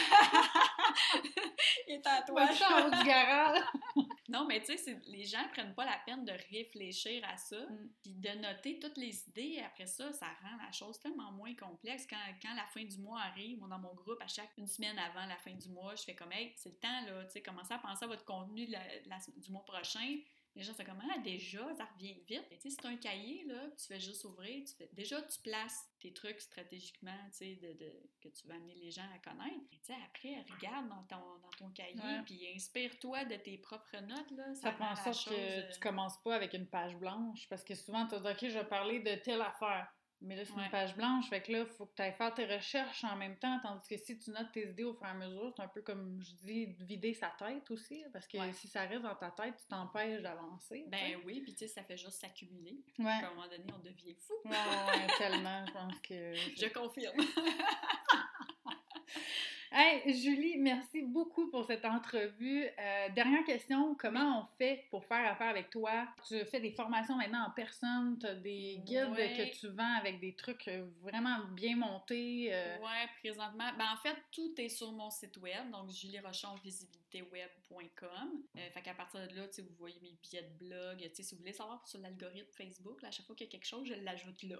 Il est à toi. Je suis en haut du garage. Non, mais tu sais, les gens prennent pas la peine de réfléchir à ça, puis de noter toutes les idées. Après ça, ça rend la chose tellement moins complexe. Quand la fin du mois arrive, moi, dans mon groupe, à chaque une semaine avant la fin du mois, je fais comme, hey, c'est le temps, là, tu sais, commencez à penser à votre contenu du mois prochain. Les gens sont comme, ah, déjà, ça revient vite. Mais tu sais, c'est un cahier, là, tu fais juste ouvrir, déjà, tu places tes trucs stratégiquement, tu sais, que tu vas amener les gens à connaître. Et tu sais, après, regarde dans ton cahier, puis inspire-toi de tes propres notes, là. Ça fait en sorte que tu commences pas avec une page blanche, parce que souvent, tu dis, OK, je vais parler de telle affaire. Mais là, c'est une page blanche, fait que là, il faut que tu ailles faire tes recherches en même temps, tandis que si tu notes tes idées au fur et à mesure, c'est un peu comme, je dis, vider sa tête aussi, parce que si ça reste dans ta tête, tu t'empêches d'avancer. Ben oui, puis tu sais, ça fait juste s'accumuler. Ouais. À un moment donné, on devient fou. Ouais, tellement, je pense que... Je confirme. Hey, Julie, merci beaucoup pour cette entrevue. Dernière question, comment on fait pour faire affaire avec toi? Tu fais des formations maintenant en personne, tu as des guides que tu vends avec des trucs vraiment bien montés. Oui, présentement. Ben, en fait, tout est sur mon site web, donc julierochonvisibilityweb.com. Fait qu'à partir de là, vous voyez mes billets de blog. Si vous voulez savoir sur l'algorithme Facebook, là, à chaque fois qu'il y a quelque chose, je l'ajoute là.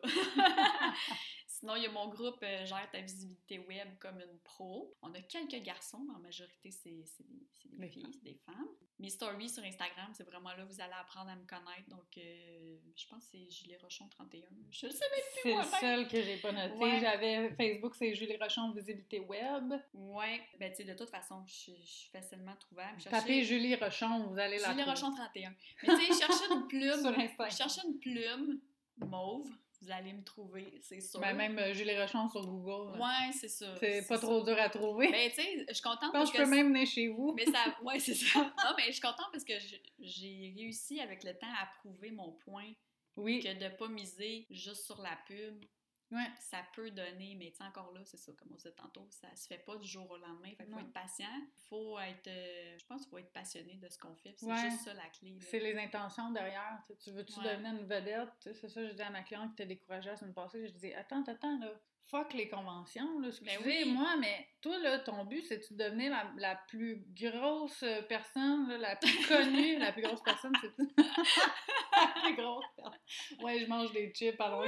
Sinon, il y a mon groupe Gère ta visibilité web comme une pro. On a quelques garçons, mais en majorité, c'est des filles, c'est des femmes. Mes stories sur Instagram, c'est vraiment là que vous allez apprendre à me connaître. Donc, je pense que c'est Julie Rochon 31. Je le sais même plus moi-même. C'est le seul que j'ai pas noté. Ouais. J'avais Facebook, c'est Julie Rochon Visibilité Web. Ouais. Ben, tu sais, de toute façon, je suis facilement trouvable. Tapez Julie Rochon, vous allez la trouver. Julie Rochon 31. Mais tu sais, cherchez une plume. Sur Instagram. Cherchez une plume mauve. Vous allez me trouver, c'est sûr. Ben, même Julie Rochon sur Google. Ouais, c'est ça. C'est pas trop dur à trouver. Ben, tu sais, je suis contente parce que je peux même venir chez vous. Mais ça, ouais, c'est ça. Non, mais je suis contente parce que j'ai réussi avec le temps à prouver mon point. Oui. Que de pas miser juste sur la pub. Ouais. Ça peut donner, mais tu sais, encore là, c'est ça, comme on disait tantôt, ça se fait pas du jour au lendemain. Fait qu'il faut être patient. Faut être, je pense qu'il faut être passionné de ce qu'on fait. C'est juste ça la clé. Là. C'est les intentions derrière. Tu veux-tu devenir une vedette? C'est ça, je dis à ma cliente qui t'a découragée la semaine passée. Je dis, attends, là. Fuck les conventions, là. Excusez-moi, mais toi, là, ton but, c'est de devenir la plus grosse personne, là, la plus connue. La plus grosse personne, c'est tout. La plus grosse personne. Ouais, je mange des chips, alors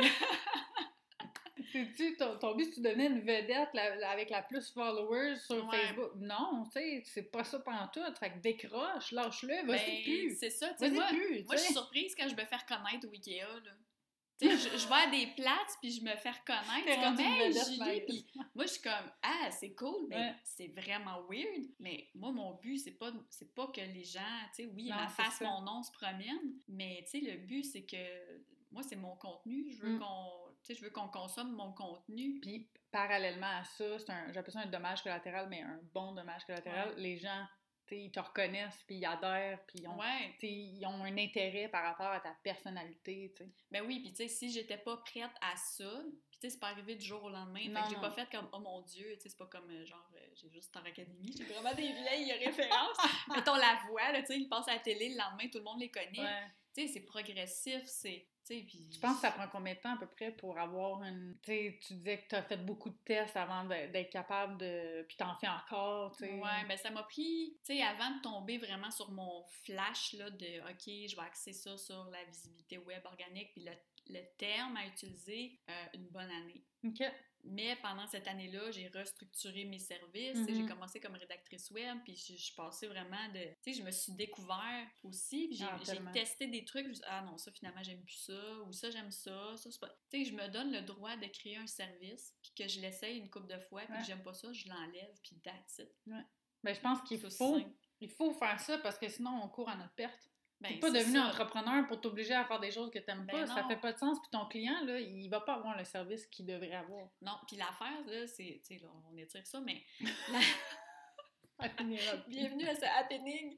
c'est-tu, ton but, c'est de devenir une vedette avec la plus followers sur Facebook? Non, tu sais, c'est pas ça pantoute. Fait que décroche, lâche-le, vas-y plus. C'est ça, tu sais, moi, je suis surprise quand je me fais reconnaître au Ikea, là. Tu sais, je vais à des places, puis je me fais reconnaître. C'est comme, hey, Julie! Puis moi, je suis comme, ah, c'est cool, mais c'est vraiment weird. Mais moi, mon but, c'est pas que les gens, tu sais, oui, ma face, mon nom se promène, mais tu sais, le but, c'est que moi, c'est mon contenu. Je veux qu'on consomme mon contenu. Puis, parallèlement à ça, j'appelle ça un dommage collatéral, mais un bon dommage collatéral. Les gens ils te reconnaissent, puis ils adhèrent, puis ils ont un intérêt par rapport à ta personnalité, tu sais. Ben oui, puis tu sais, si j'étais pas prête à ça, puis tu sais, c'est pas arrivé du jour au lendemain, fait que j'ai pas fait comme, oh mon Dieu, tu sais, c'est pas comme, genre, j'ai juste Star Academy, j'ai vraiment des vieilles références. Mettons La Voix, là, tu sais, ils passent à la télé, le lendemain, tout le monde les connaît. Tu sais, c'est progressif, c'est... Puis... Tu penses que ça prend combien de temps à peu près pour avoir une... Tu sais, tu disais que tu as fait beaucoup de tests avant d'être capable de... Puis t'en fais encore, tu sais. Ouais, ben ça m'a pris... Tu sais, avant de tomber vraiment sur mon flash, là, de « OK, je vais axer ça sur la visibilité web organique », puis le terme à utiliser, une bonne année. OK. Mais pendant cette année-là, j'ai restructuré mes services. J'ai commencé comme rédactrice web, puis je suis passée vraiment de... Tu sais, je me suis découvert aussi, puis j'ai testé des trucs. Ah non, ça, finalement, j'aime plus ça, ou ça, j'aime ça. Ça, c'est pas... Tu sais, je me donne le droit de créer un service, puis que je l'essaye une couple de fois, puis que j'aime pas ça, je l'enlève, puis that's it. Ouais. Ben, je pense qu'il faut faire ça, parce que sinon, on court à notre perte. Ben, t'es pas devenu entrepreneur pour t'obliger à faire des choses que t'aimes pas, ça fait pas de sens, puis ton client, là, il va pas avoir le service qu'il devrait avoir. Non, puis l'affaire, là, c'est, tu sais, là, on étire ça, mais... Bienvenue à ce happening!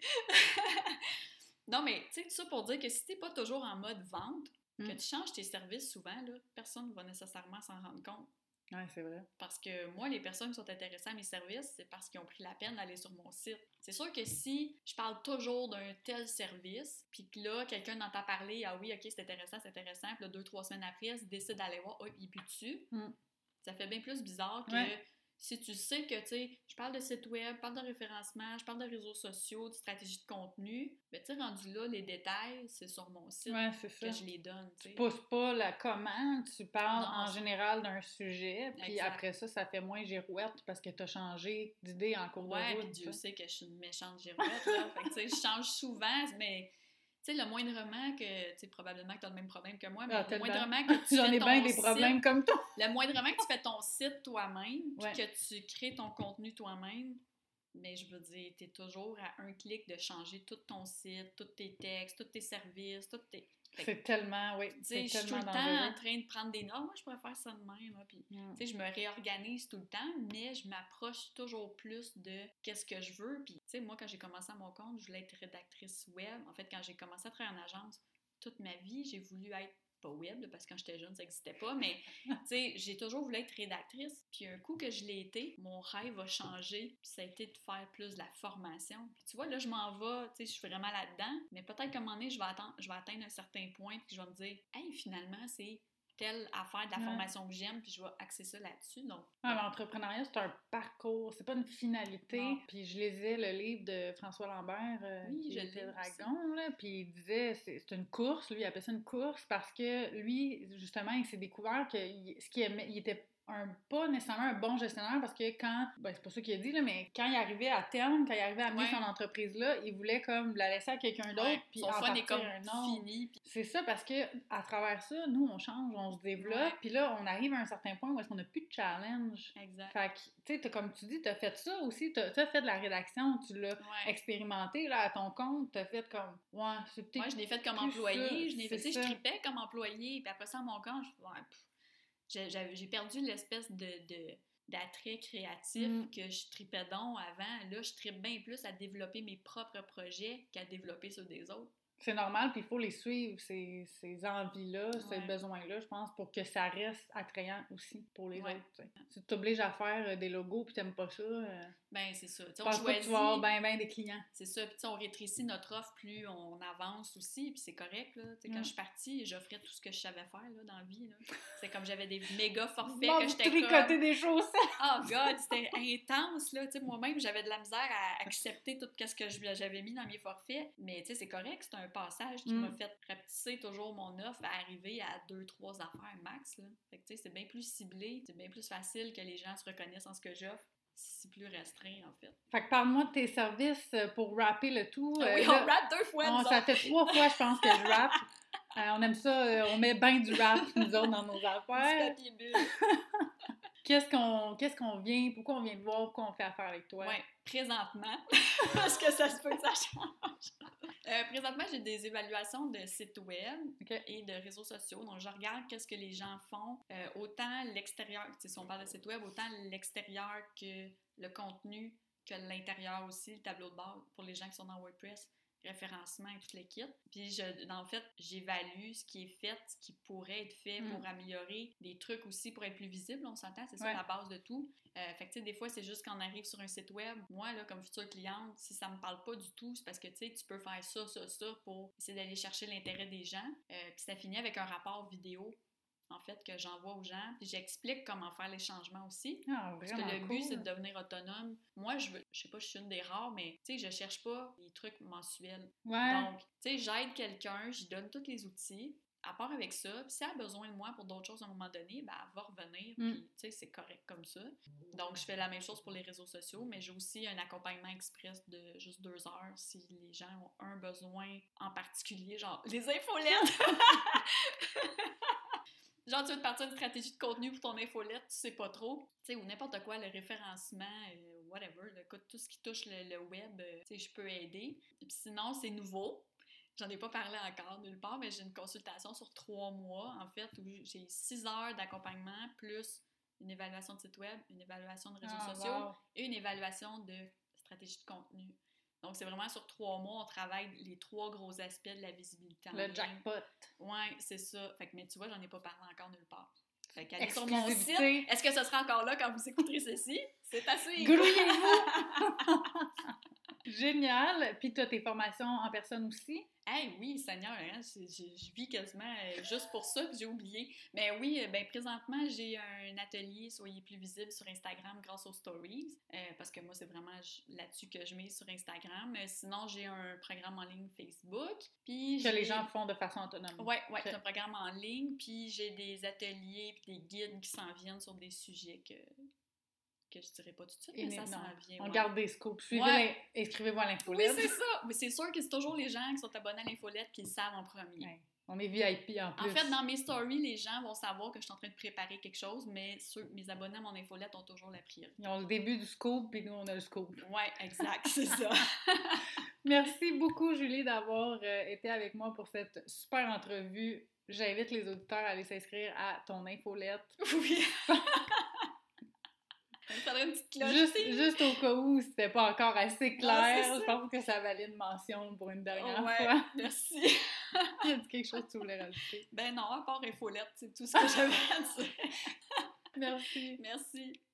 Non, mais, tu sais, tout ça pour dire que si t'es pas toujours en mode vente, que tu changes tes services souvent, là, personne va nécessairement s'en rendre compte. Oui, c'est vrai. Parce que moi, les personnes qui sont intéressées à mes services, c'est parce qu'ils ont pris la peine d'aller sur mon site. C'est sûr que si je parle toujours d'un tel service, puis que là, quelqu'un entend parler, ah oui, ok, c'est intéressant, puis là, 2-3 semaines après, il décide d'aller voir, oh, il pue dessus, ça fait bien plus bizarre que si tu sais que, tu sais, je parle de site web, je parle de référencement, je parle de réseaux sociaux, de stratégie de contenu, ben, tu sais, rendu là, les détails, c'est sur mon site que je les donne, tu sais. Tu pousses pas la comment, tu parles en général d'un sujet, puis après ça, ça fait moins girouette parce que t'as changé d'idée en cours de route. Ouais, puis Dieu sait que je suis une méchante girouette, là. Fait que, tu sais, je change souvent, mais... Tu sais, le moindrement que... Tu sais, probablement que tu as le même problème que moi, mais le moindrement que tu J'en ai bien des problèmes comme toi! Le moindrement que tu fais ton site toi-même, puis que tu crées ton contenu toi-même, mais je veux dire, tu es toujours à un clic de changer tout ton site, tous tes textes, tous tes services, tous tes... C'est tellement, oui, c'est tellement dangereux. Je suis tout le temps en train de prendre des notes. Moi, je pourrais faire ça de même. Hein, puis, tu sais, je me réorganise tout le temps, mais je m'approche toujours plus de qu'est-ce que je veux. Puis, tu sais, moi, quand j'ai commencé à mon compte, je voulais être rédactrice web. En fait, quand j'ai commencé à travailler en agence, toute ma vie, j'ai voulu être pas web, parce que quand j'étais jeune, ça n'existait pas, mais tu sais, j'ai toujours voulu être rédactrice. Puis un coup que je l'ai été, mon rêve a changé, puis ça a été de faire plus de la formation. Puis tu vois, là, je m'en vais, tu sais, je suis vraiment là-dedans, mais peut-être qu'à un moment donné, je vais atteindre un certain point, puis je vais me dire, hey, finalement, c'est telle affaire de la formation que j'aime, puis je vais axer ça là-dessus. Donc, l'entrepreneuriat, c'est un parcours, c'est pas une finalité. Puis je lisais le livre de François Lambert, qui était Dragon, là, puis il disait, c'est une course, lui, il appelait ça une course, parce que lui, justement, il s'est découvert que ce qu'il aimait, il était pas nécessairement un bon gestionnaire, parce que quand, c'est pas ça qu'il a dit, là, mais quand il arrivait à terme, quand il arrivait à mener son entreprise-là, il voulait comme la laisser à quelqu'un d'autre, puis en partir comme un autre. Fini. C'est ça, parce que à travers ça, nous, on change, on se développe, puis là, on arrive à un certain point où est-ce qu'on n'a plus de challenge. Exact. Fait que, tu sais, comme tu dis, t'as fait ça aussi, t'as fait de la rédaction, tu l'as expérimenté, là, à ton compte, t'as fait comme, c'est peut-être... Moi, je l'ai fait comme employé, je tripais comme employé, puis après ça, à mon compte, j'ai perdu l'espèce d'attrait créatif que je tripais donc avant. Là, je tripe bien plus à développer mes propres projets qu'à développer ceux des autres. C'est normal, puis il faut les suivre, ces envies-là, ces besoins-là, je pense, pour que ça reste attrayant aussi pour les autres. T'sais. Si tu t'obliges à faire des logos puis t'aimes pas ça, ben c'est ça. Je pense pas que tu vas avoir bien des clients. C'est ça, puis on rétrécit notre offre plus on avance aussi, puis c'est correct. Là. Quand je suis partie, j'offrais tout ce que je savais faire là, dans la vie. C'est comme j'avais des méga forfaits que j'étais tricoter des chaussettes! Oh God, c'était intense! Là. Moi-même, j'avais de la misère à accepter tout ce que j'avais mis dans mes forfaits, mais c'est correct, c'est un passage qui m'a fait rapetisser toujours mon offre à arriver à 2-3 affaires max. Là. Fait que c'est bien plus ciblé, c'est bien plus facile que les gens se reconnaissent en ce que j'offre. C'est plus restreint, en fait. Fait que parle-moi de tes services pour rapper le tout. Oui, on rappe 2 fois, ça fait 3 fois, je pense, que je rappe. On aime ça, on met bien du rap, nous autres, dans nos affaires. Du papier bulle. Pourquoi on vient te voir, pourquoi on fait affaire avec toi? Oui, présentement, parce que ça se peut que ça change. Présentement, j'ai des évaluations de sites web et de réseaux sociaux. Donc, je regarde qu'est-ce que les gens font, autant l'extérieur, si on parle de site web, autant l'extérieur que le contenu que l'intérieur aussi, le tableau de bord pour les gens qui sont dans WordPress, référencement et toute l'équipe. Puis, en fait, j'évalue ce qui est fait, ce qui pourrait être fait pour améliorer des trucs aussi, pour être plus visible, on s'entend, c'est ça la base de tout. Fait que, tu sais, des fois, c'est juste quand on arrive sur un site web, moi, là, comme future cliente, si ça me parle pas du tout, c'est parce que, tu sais, tu peux faire ça pour essayer d'aller chercher l'intérêt des gens. Puis ça finit avec un rapport vidéo en fait, que j'envoie aux gens. Puis j'explique comment faire les changements aussi. Parce que le but, c'est de devenir autonome. Moi, je sais pas, je suis une des rares, mais tu sais, je cherche pas les trucs mensuels. Donc, tu sais, j'aide quelqu'un, j'y donne tous les outils. À part avec ça, puis si elle a besoin de moi pour d'autres choses à un moment donné, ben elle va revenir, puis tu sais, c'est correct comme ça. Donc, je fais la même chose pour les réseaux sociaux, mais j'ai aussi un accompagnement express de juste 2 heures si les gens ont un besoin en particulier, genre les infolettes! Genre, tu veux te partir d'une stratégie de contenu pour ton infolette, tu sais pas trop, tu sais, ou n'importe quoi, le référencement, whatever, tout ce qui touche le web, tu sais, je peux aider. Et puis sinon, c'est nouveau. J'en ai pas parlé encore nulle part, mais j'ai une consultation sur 3 mois, en fait, où j'ai 6 heures d'accompagnement, plus une évaluation de site web, une évaluation de réseaux sociaux et une évaluation de stratégie de contenu. Donc, c'est vraiment sur 3 mois, on travaille les 3 gros aspects de la visibilité en ligne. Le jackpot. Ouais, c'est ça. Fait que, mais tu vois, j'en ai pas parlé encore nulle part. Fait qu'allez sur mon site. Est-ce que ce sera encore là quand vous écouterez ceci? C'est assez... Grouillez-vous! Génial! Puis tu as tes formations en personne aussi? Hey, oui, Seigneur, hein, je vis quasiment juste pour ça, puis j'ai oublié. Mais oui, ben présentement, j'ai un atelier Soyez plus visible sur Instagram grâce aux stories, parce que moi, c'est vraiment là-dessus que je mets sur Instagram. Sinon, j'ai un programme en ligne Facebook. Puis que les gens font de façon autonome. Oui, c'est un programme en ligne, puis j'ai des ateliers puis des guides qui s'en viennent sur des sujets que je dirais pas tout de suite, mais ça s'en vient. On garde des scoops. Inscrivez-vous à l'infolette. Oui, c'est ça. Mais c'est sûr que c'est toujours les gens qui sont abonnés à l'infolette qui le savent en premier. Ouais. On est VIP en plus. En fait, dans mes stories, les gens vont savoir que je suis en train de préparer quelque chose, mais mes abonnés à mon infolette ont toujours la priorité. Ils ont le début du scoop, puis nous, on a le scoop. Oui, exact, c'est ça. Merci beaucoup, Julie, d'avoir été avec moi pour cette super entrevue. J'invite les auditeurs à aller s'inscrire à ton infolette. Oui. Il faudrait une petite cloche. Juste au cas où c'était pas encore assez clair, je pense que ça valait une mention pour une dernière fois. Merci. Y a quelque chose que tu voulais rajouter? Ben non, à part infolette, c'est tout ce que j'avais à dire. Merci. Merci.